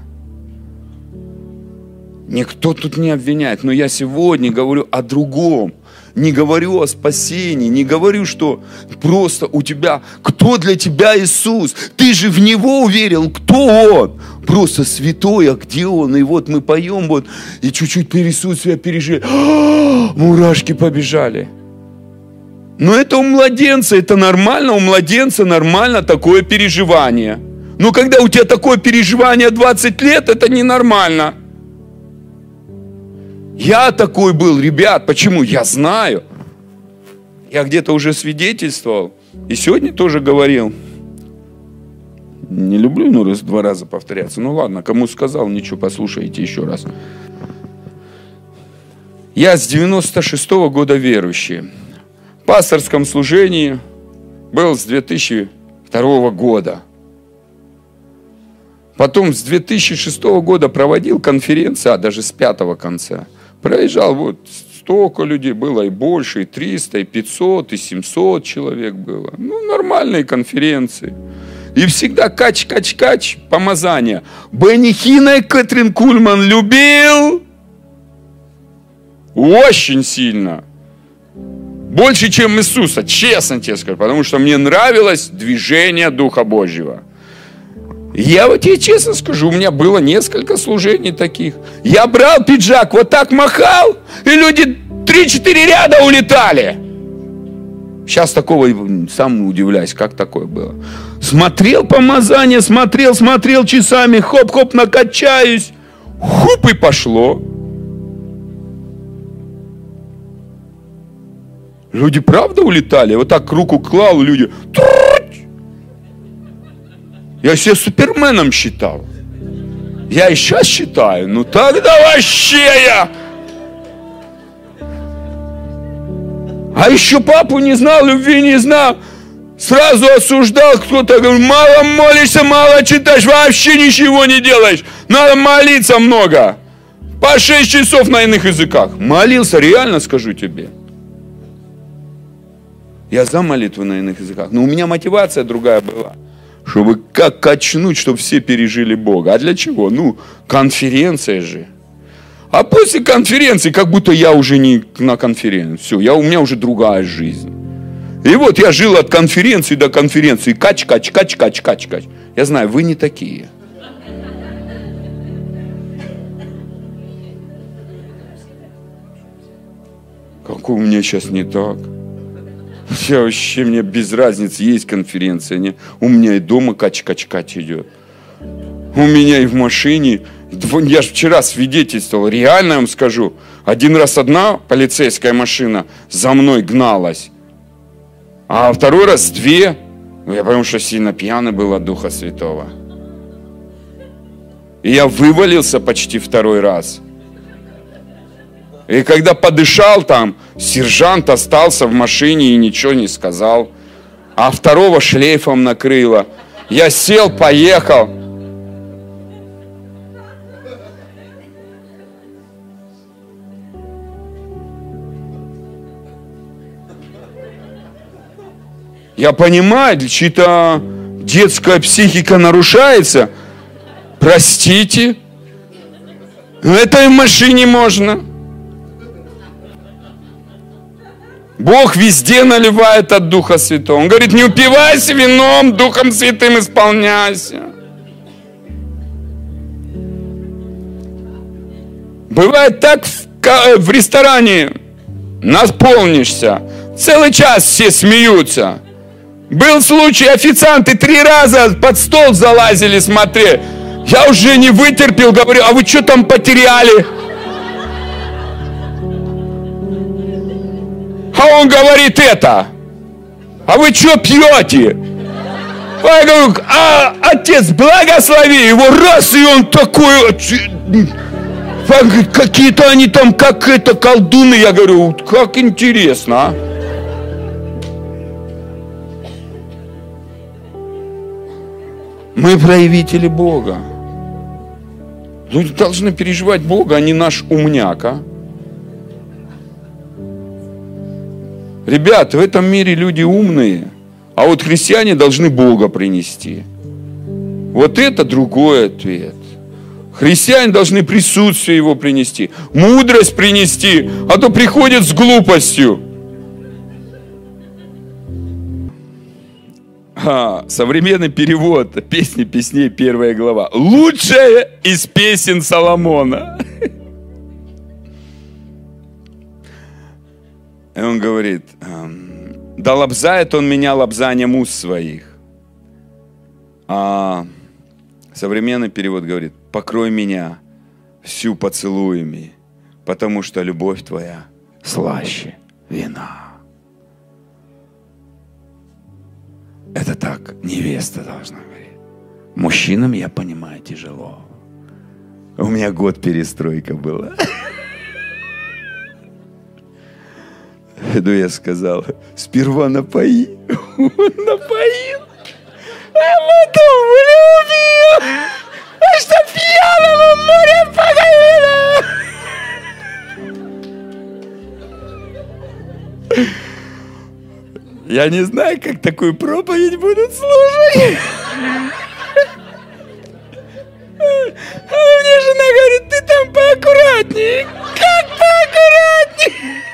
Никто тут не обвиняет, но я сегодня говорю о другом. Не говорю о спасении, не говорю, что просто у тебя, кто для тебя Иисус? Ты же в Него уверил, кто Он? Просто святой, а где Он? И вот мы поем, вот, и чуть-чуть присутствие пережили. Мурашки побежали. Но это у младенца, это нормально, у младенца нормально такое переживание. Но когда у тебя такое переживание 20 лет, это ненормально. Я такой был, ребят, почему? Я знаю. Я где-то уже свидетельствовал. И сегодня тоже говорил. Не люблю, 2 раза повторяться. Ну ладно, кому сказал, ничего, послушайте еще раз. Я с 96-го года верующий. В пасторском служении был с 2002 2 года. Потом с 2006 года проводил конференции, даже с 5 конца. Проезжал, вот столько людей было, и больше, и 300, и 500, и 700 человек было. Ну, нормальные конференции. И всегда кач, помазание. Бенни Хинна и Кэтрин Кульман любил очень сильно. Больше, чем Иисуса, честно тебе скажу. Потому что мне нравилось движение Духа Божьего. Я вот тебе честно скажу, у меня было несколько служений таких. Я брал пиджак, вот так махал, и люди 3-4 ряда улетали. Сейчас такого сам удивляюсь, как такое было. Смотрел помазание, смотрел часами, хоп-хоп, накачаюсь. Хуп, и пошло. Люди правда улетали? Вот так руку клал, люди... Я себя суперменом считал. Я и сейчас считаю. Ну тогда вообще я... А еще папу не знал, любви не знал. Сразу осуждал кто-то. Говорил, мало молишься, мало читаешь, вообще ничего не делаешь. Надо молиться много. По 6 часов на иных языках. Молился, реально скажу тебе. Я за молитву на иных языках. Но у меня мотивация другая была. Чтобы как качнуть, чтобы все пережили Бога. А для чего? Ну, конференция же. А после конференции, как будто я уже не на конференции. Все, у меня уже другая жизнь. И вот я жил от конференции до конференции. Кач. Я знаю, вы не такие. Какой у меня сейчас не так? Я вообще, мне без разницы, есть конференция, нет. У меня и дома кач идет. У меня и в машине. Я же вчера свидетельствовал, реально вам скажу. Один раз одна полицейская машина за мной гналась, а второй раз 2. Я потому что сильно пьяный был от Духа Святого. И я вывалился почти 2 раз. И когда подышал там, сержант остался в машине и ничего не сказал. А 2 шлейфом накрыло. Я сел, поехал. Я понимаю, чья-то детская психика нарушается. Простите. Это и в машине можно. Бог везде наливает от Духа Святого. Он говорит, не упивайся вином, Духом Святым исполняйся. Бывает так в ресторане, наполнишься, целый час все смеются. Был случай, официанты 3 раза под стол залазили смотреть. Я уже не вытерпел, говорю, а вы что там потеряли? А он говорит это. А вы что пьете? А я говорю, Отец, благослови его, раз, и он такой... Какие-то они там, как это, колдуны. Я говорю, как интересно, а? Мы проявители Бога. Люди должны переживать Бога, а не наш умняк, а? Ребят, в этом мире люди умные, а вот христиане должны Бога принести. Вот это другой ответ. Христиане должны присутствие Его принести, мудрость принести, а то приходят с глупостью. Современный перевод «Песни песней», 1 глава. Лучшая из песен Соломона. И он говорит, да лобзает он меня лобзанием уст своих. А современный перевод говорит, покрой меня всю поцелуями, потому что любовь твоя слаще вина. Это так невеста должна говорить. Мужчинам, я понимаю, тяжело. У меня год перестройка была. Ну, я сказал, сперва напои. Он напоил. Я не знаю, как такую проповедь будут слушать. А мне жена говорит, ты там поаккуратнее. Как поаккуратнее?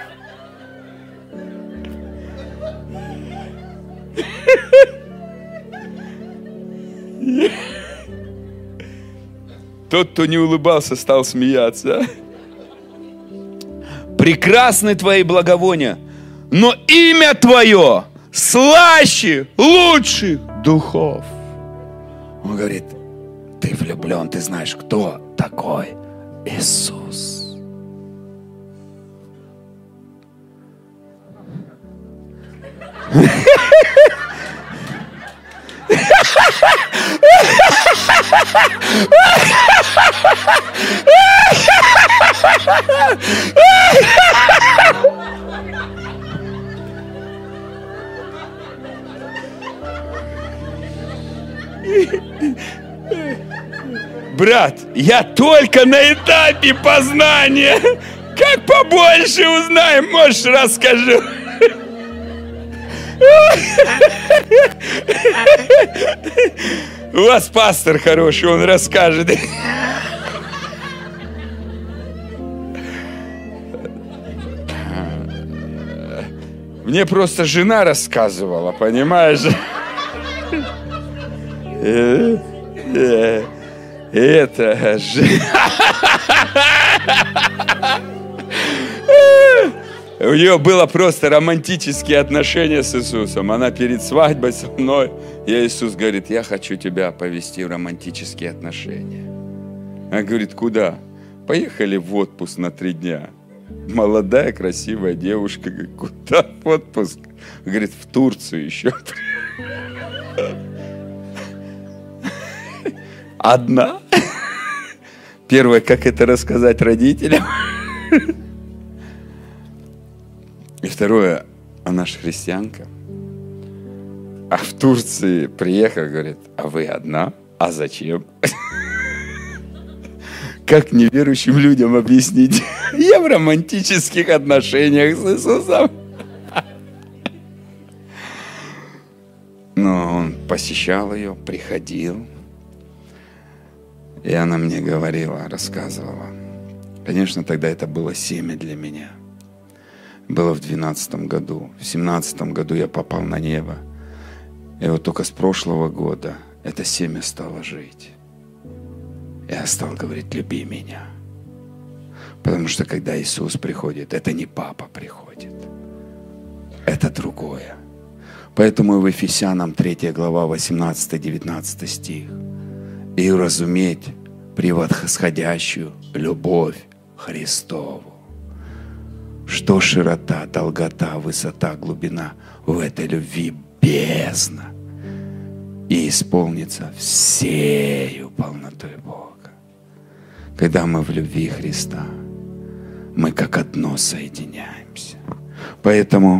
Тот, кто не улыбался, стал смеяться. Прекрасны твои благовония, но имя твое слаще лучших духов. Он говорит, ты влюблен, ты знаешь, кто такой Иисус. Брат, я только на этапе познания. Как побольше узнаем, можешь, расскажу. У вас пастор хороший, он расскажет. Мне просто жена рассказывала, понимаешь? Это же... У нее было просто романтические отношения с Иисусом. Она перед свадьбой со мной. И Иисус говорит, я хочу тебя повести в романтические отношения. Она говорит, куда? Поехали в отпуск на 3 дня. Молодая, красивая девушка. Говорит, куда в отпуск? Говорит, в Турцию еще. Одна? Первое, как это рассказать родителям? И второе, она же христианка. А в Турции приехал, говорит, а вы одна? А зачем? Как неверующим людям объяснить? Я в романтических отношениях с Иисусом. Но он посещал ее, приходил. И она мне говорила, рассказывала. Конечно, тогда это было семя для меня. Было в 2012 году. В 2017 году я попал на небо. И вот только с прошлого года это семя стало жить. Я стал говорить, люби меня. Потому что когда Иисус приходит, это не папа приходит. Это другое. Поэтому в Ефесянам 3 глава 18-19 стих. И уразуметь превосходящую любовь Христову. Что широта, долгота, высота, глубина в этой любви бездна. И исполнится всею полнотой Бога. Когда мы в любви Христа, мы как одно соединяемся. Поэтому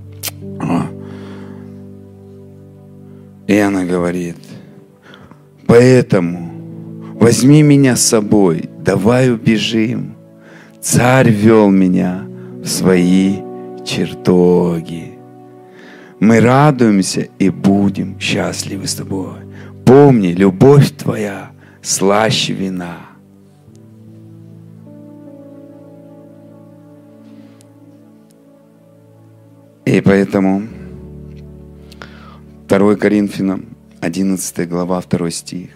и она говорит, поэтому возьми меня с собой, давай убежим. Царь вел меня в свои чертоги. Мы радуемся и будем счастливы с тобой. Помни, любовь твоя слаще вина. И поэтому 2 Коринфянам 11 глава 2 стих.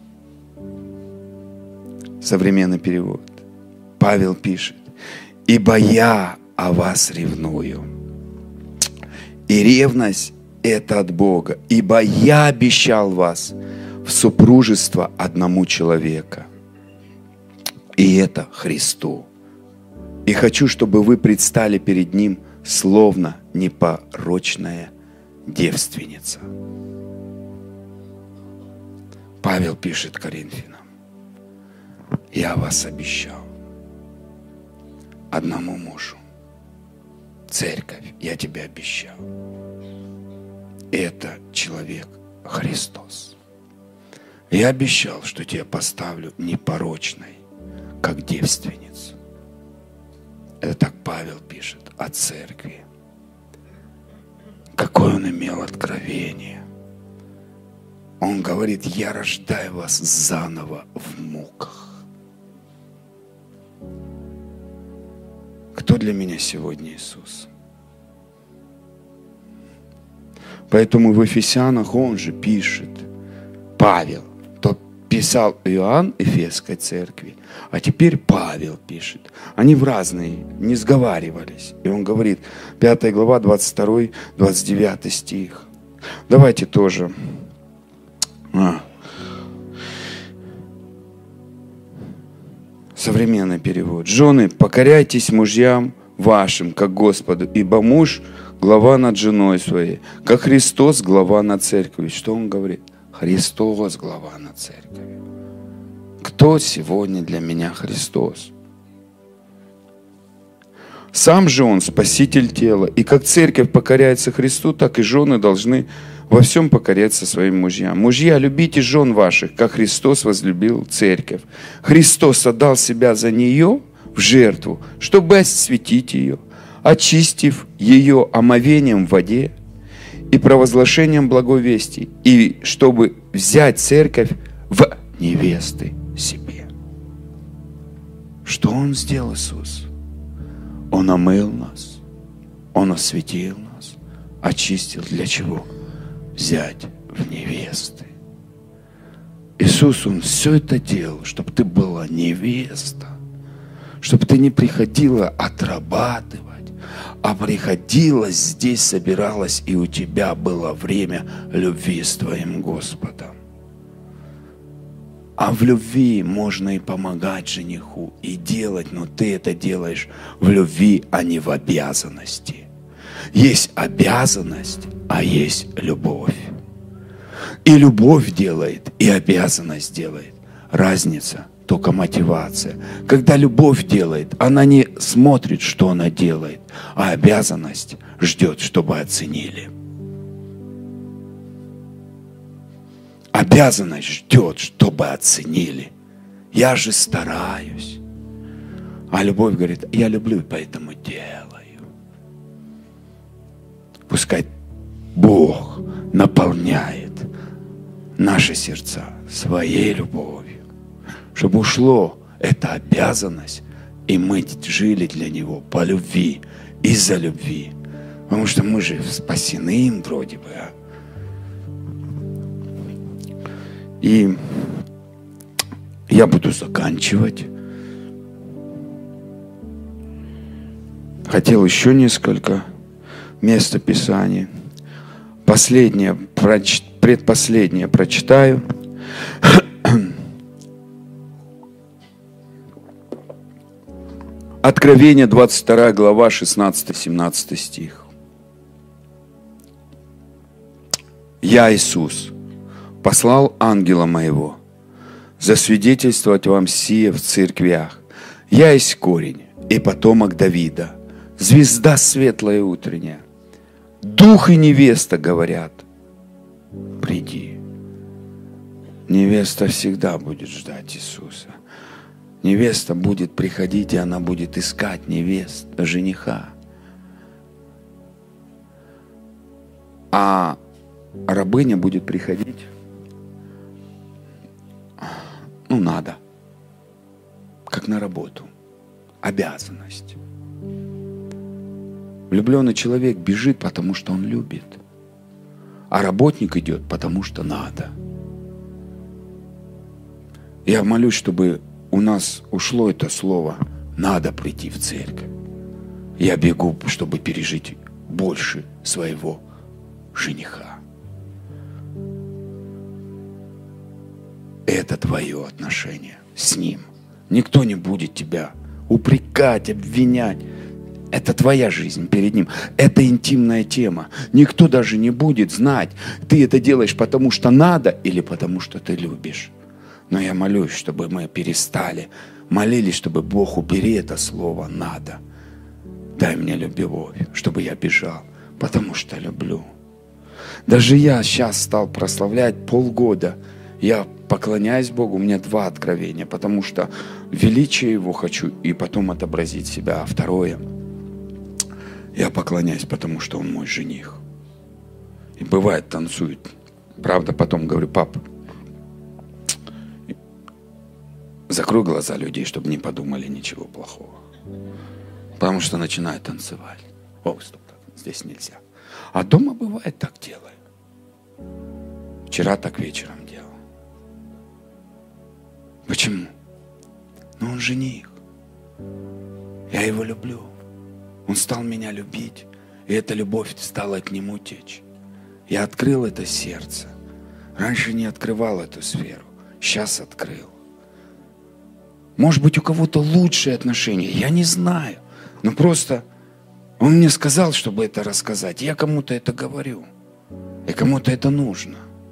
Современный перевод. Павел пишет: «Ибо я о вас ревную». И ревность – это от Бога. «Ибо я обещал вас в супружество одному человека, и это Христу. И хочу, чтобы вы предстали перед Ним словно непорочная девственница». Павел пишет Коринфянам: «Я вас обещал одному мужу. Церковь, я тебе обещал. Это человек Христос. Я обещал, что тебя поставлю непорочной, как девственницу». Это так Павел пишет о церкви. какое он имел откровение. Он говорит: я рождаю вас заново в муках. Кто для меня сегодня Иисус? Поэтому в Ефесянах он же пишет, Павел, то писал Иоанн Эфесской церкви, а теперь Павел пишет. Они в разные, не сговаривались. И он говорит, 5 глава, 22-29 стих. Давайте тоже. Современный перевод. Жены, покоряйтесь мужьям вашим, как Господу, ибо муж глава над женой своей, как Христос глава над церковью. Что он говорит? Христос глава над церковью. Кто сегодня для меня Христос? Сам же Он спаситель тела. И как церковь покоряется Христу, так и жены должны во всем покоряться своим мужьям. Мужья, любите жен ваших, как Христос возлюбил церковь. Христос отдал себя за нее в жертву, чтобы осветить ее, очистив ее омовением в воде и провозглашением благой вести, и чтобы взять церковь в невесты себе. Что Он сделал, Иисус? Он омыл нас, Он осветил нас, очистил. Для чего? Взять в невесты. Иисус, Он все это делал, чтобы ты была невеста, чтобы ты не приходила отрабатывать, а приходила здесь, собиралась, и у тебя было время любви с твоим Господом. А в любви можно и помогать жениху, и делать, но ты это делаешь в любви, а не в обязанности. Есть обязанность, а есть любовь. И любовь делает, и обязанность делает. Разница только мотивация. Когда любовь делает, она не смотрит, что она делает, а обязанность ждет, чтобы оценили. Обязанность ждет, чтобы оценили. Я же стараюсь. А любовь говорит, я люблю, поэтому делаю. Пускай Бог наполняет наши сердца своей любовью, чтобы ушло эта обязанность, и мы жили для Него по любви, из-за любви. Потому что мы же спасены им вроде бы, а? И я буду заканчивать. Хотел еще несколько мест Писания. Последнее, предпоследнее прочитаю. Откровение, 22 глава, 16-17 стих. Я, Иисус, послал ангела моего засвидетельствовать вам сие в церквях. Я есть корень и потомок Давида, звезда светлая утренняя. Дух и невеста говорят, приди. Невеста всегда будет ждать Иисуса. Невеста будет приходить, и она будет искать жениха. А рабыня будет приходить, надо, как на работу, обязанность. Влюбленный человек бежит, потому что он любит, а работник идет, потому что надо. Я молюсь, чтобы у нас ушло это слово «надо прийти в церковь». Я бегу, чтобы пережить больше своего жениха. Это твое отношение с ним. Никто не будет тебя упрекать, обвинять. Это твоя жизнь перед ним. Это интимная тема. Никто даже не будет знать, ты это делаешь потому что надо или потому что ты любишь. Но я молюсь, чтобы мы перестали, молились, чтобы Бог убери это слово «надо». Дай мне любовь, чтобы я бежал, потому что люблю. Даже я сейчас стал прославлять полгода. Я поклоняюсь Богу, у меня 2 откровения, потому что величие Его хочу и потом отобразить себя. А второе, я поклоняюсь, потому что Он мой жених. И бывает, танцует. Правда, потом говорю: пап, закрой глаза людей, чтобы не подумали ничего плохого. Потому что начинает танцевать. О, стоп, здесь нельзя. А дома бывает так делаю. Вчера так вечером делал. Почему? Ну, он жених. Я его люблю. Он стал меня любить. И эта любовь стала к нему течь. Я открыл это сердце. Раньше не открывал эту сферу. Сейчас открыл. Может быть, у кого-то лучшие отношения. Я не знаю. Но просто он мне сказал, чтобы это рассказать. Я кому-то это говорю. И кому-то это нужно.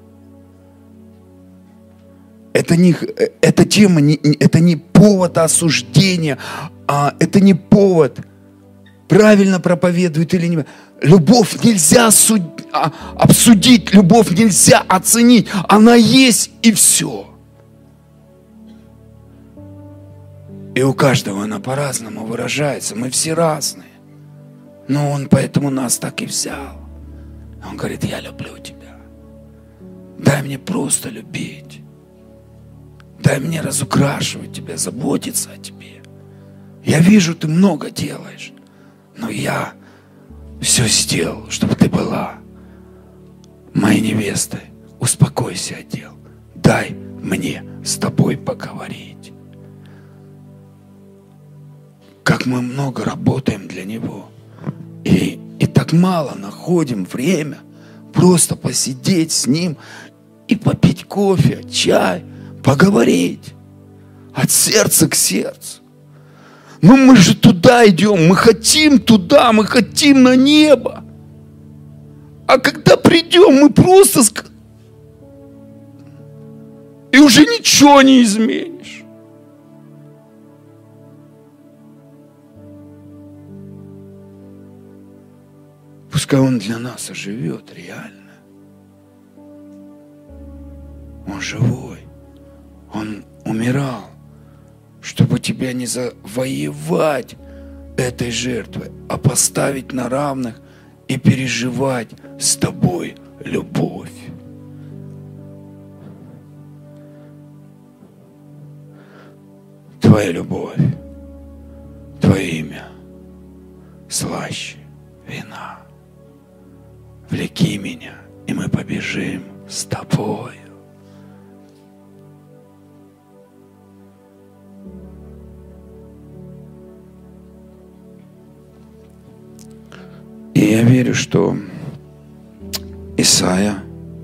Эта тема, это не повод осуждения, это не повод, правильно проповедует или не. Любовь нельзя обсудить, любовь нельзя оценить. Она есть и все. И у каждого она по-разному выражается. Мы все разные. Но Он поэтому нас так и взял. Он говорит: я люблю тебя. Дай мне просто любить. Дай мне разукрашивать тебя, заботиться о тебе. Я вижу, ты много делаешь, но я все сделал, чтобы ты была моей невестой. Успокойся, отдел. Дай мне с тобой поговорить. Как мы много работаем для Него. И так мало находим время просто посидеть с Ним и попить кофе, чай, поговорить от сердца к сердцу. Но мы же туда идем, мы хотим туда, мы хотим на небо. А когда придем, мы просто... И уже ничего не изменишь. Пускай Он для нас оживет реально. Он живой. Он умирал, чтобы тебя не завоевать этой жертвой, а поставить на равных и переживать с тобой любовь. Твоя любовь, Твое имя слаще вина. Влеки меня, и мы побежим с тобою. И я верю, что Исайя,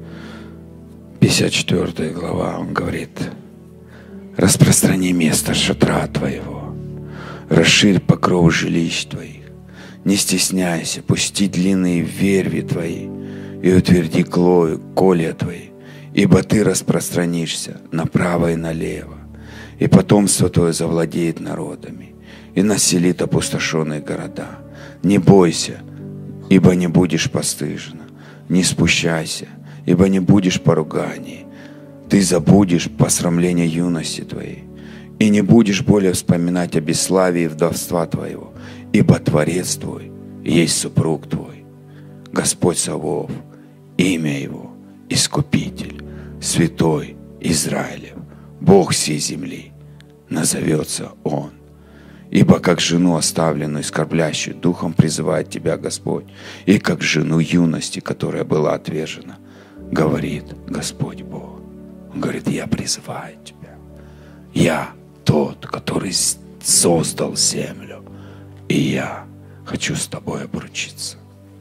54 глава, он говорит: распространи место шатра твоего, расширь покров жилищ твоих, не стесняйся, пусти длинные верви твои и утверди колья твои, ибо ты распространишься направо и налево, и потомство твое завладеет народами и населит опустошенные города. Не бойся, ибо не будешь постыжена, не спущайся, ибо не будешь поруганий. Ты забудешь посрамление юности твоей, и не будешь более вспоминать о бесславии вдовства твоего, ибо Творец твой есть супруг твой, Господь Саваоф, имя Его, Искупитель, Святой Израилев, Бог всей земли, назовется Он. Ибо как жену оставленную и скорблящую духом призывает тебя Господь, и как жену юности, которая была отвержена, говорит Господь Бог. Он говорит: я призываю тебя. Я тот, который создал землю, и я хочу с тобой обручиться.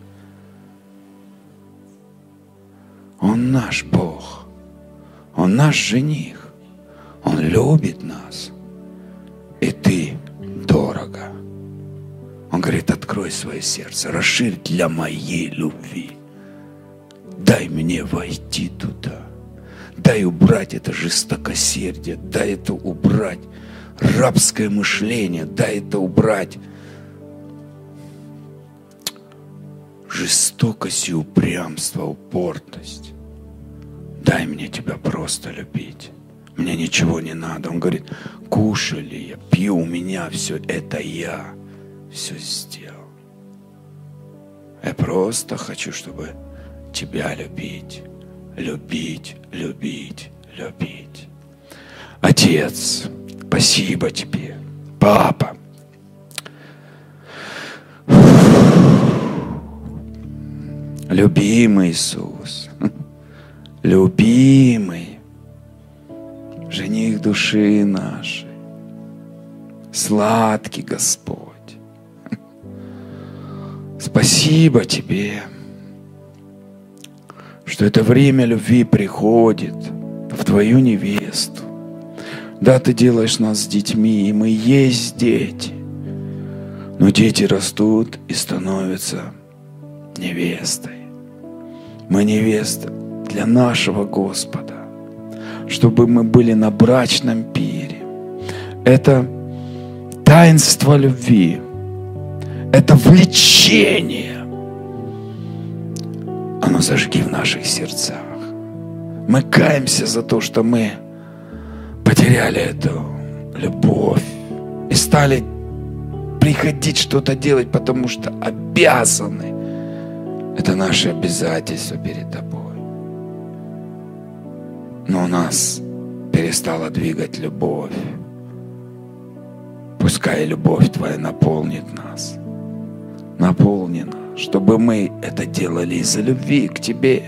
Он наш Бог, Он наш жених, Он любит нас, и ты дорого. Он говорит: открой свое сердце, расширь для моей любви. Дай мне войти туда. Дай убрать это жестокосердие, дай это убрать рабское мышление, дай это убрать жестокость и упрямство, упорность. Дай мне тебя просто любить. Мне ничего не надо. Он говорит: кушали я, пью, у меня все это я все сделал. Я просто хочу, чтобы Тебя любить, любить, любить, любить. Отец, спасибо Тебе. Папа, любимый Иисус, любимый жених души нашей, сладкий Господь, спасибо Тебе, что это время любви приходит в Твою невесту. Да, Ты делаешь нас детьми, и мы есть дети, но дети растут и становятся невестой. Мы невеста для нашего Господа, чтобы мы были на брачном пире. Это таинство любви, это влечение. Оно зажги в наших сердцах. Мы каемся за то, что мы потеряли эту любовь и стали приходить что-то делать, потому что обязаны. Это наше обязательство перед Тобой. Но нас перестала двигать любовь. Пускай любовь Твоя наполнит нас. Наполни нас, чтобы мы это делали из-за любви к Тебе.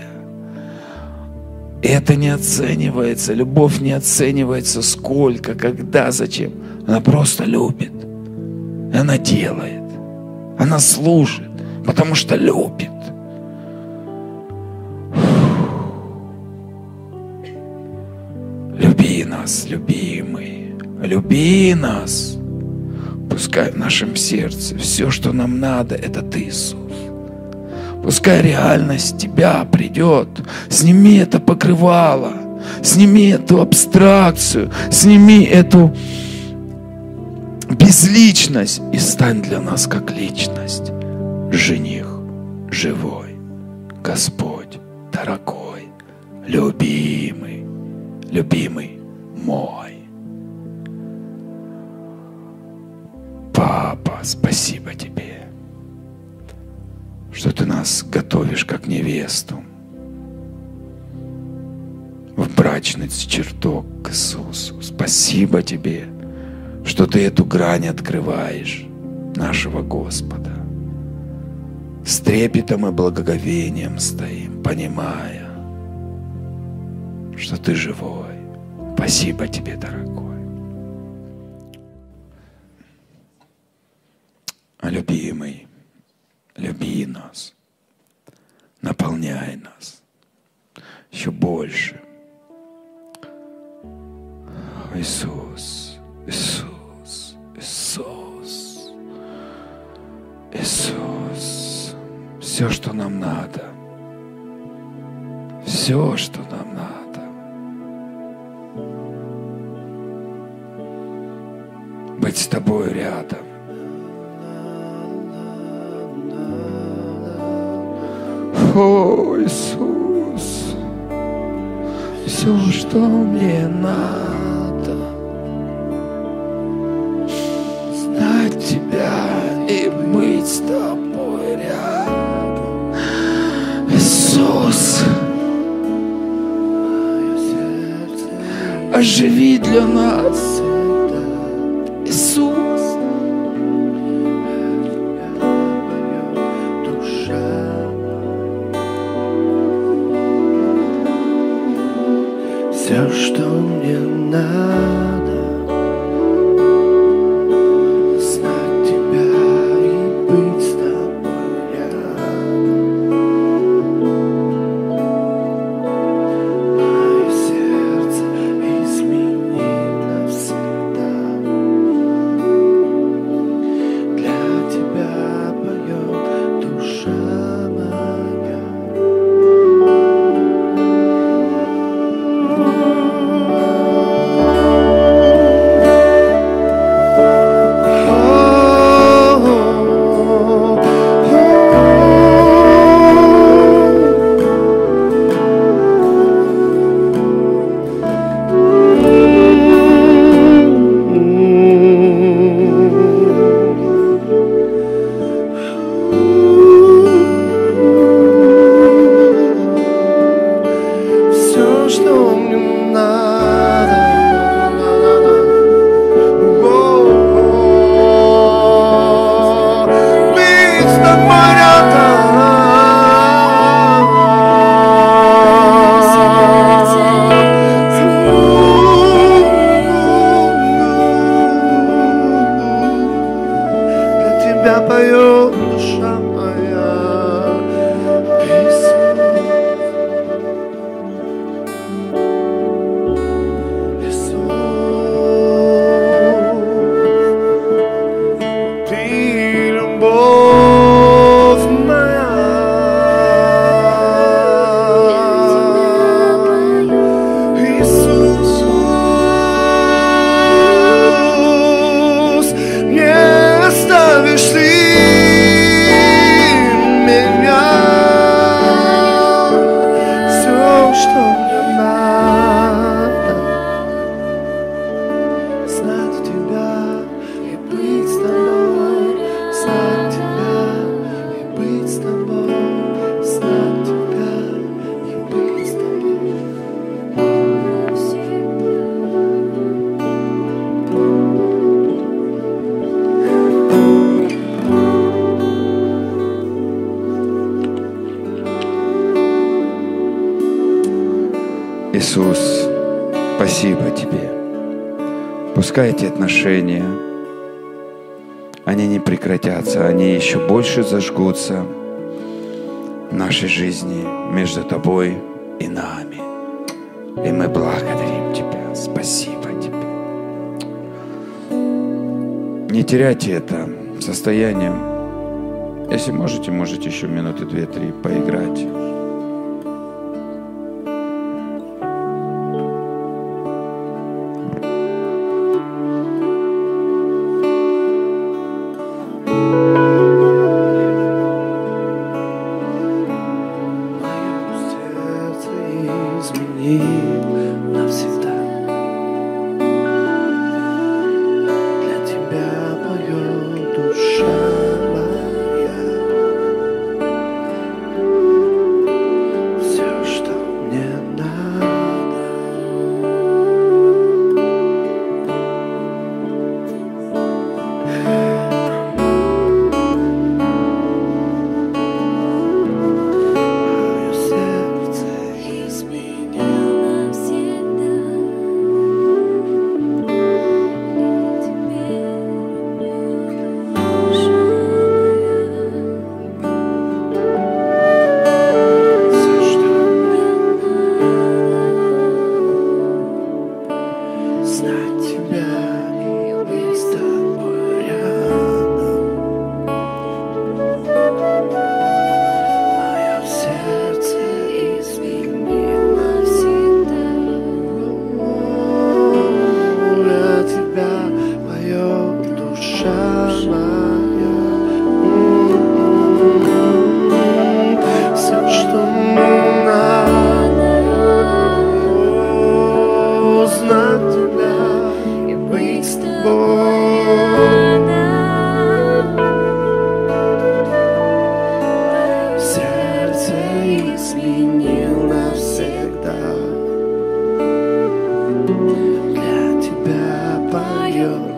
И это не оценивается, любовь не оценивается сколько, когда, зачем. Она просто любит. И она делает. Она служит, потому что любит. Люби нас, любимый. Люби нас. Пускай в нашем сердце все, что нам надо, это Ты, Иисус. Пускай реальность Тебя придет. Сними это покрывало. Сними эту абстракцию. Сними эту безличность. И стань для нас как личность. Жених живой. Господь дорогой. Любимый. Любимый мой. Папа, спасибо Тебе, что Ты нас готовишь как невесту в брачный чертог к Иисусу. Спасибо Тебе, что Ты эту грань открываешь нашего Господа. С трепетом и благоговением стоим, понимая, что Ты живой. Спасибо Тебе, дорогой. Любимый, люби нас, наполняй нас еще больше. Иисус, Иисус, Иисус, Иисус, все, что нам надо, все, что нам надо. Быть с Тобой рядом. О, Иисус, все, что мне надо, знать Тебя и быть с Тобой рядом. Иисус, оживи для нас. Иисус, все, что мне надо, знать Тебя и быть с Тобой рядом. Мое сердце изменить навсегда. тебя поет душа моя. Иисус, спасибо Тебе. Пускай эти отношения, они не прекратятся, они еще больше зажгутся в нашей жизни между Тобой и нами. И мы благодарим Тебя. Спасибо Тебе. Не теряйте это состояние. Если можете еще минуты 2-3 поиграть. Навсегда для тебя поет душа моя. Все, что мне надо. Мое сердце знать тебя и быть с тобой рядом. Мое сердце изменит навсегда. Для тебя поет душа моя. Все, что мне надо, узнать тебя и быть с тобой. Сердце изменил навсегда. Для тебя поет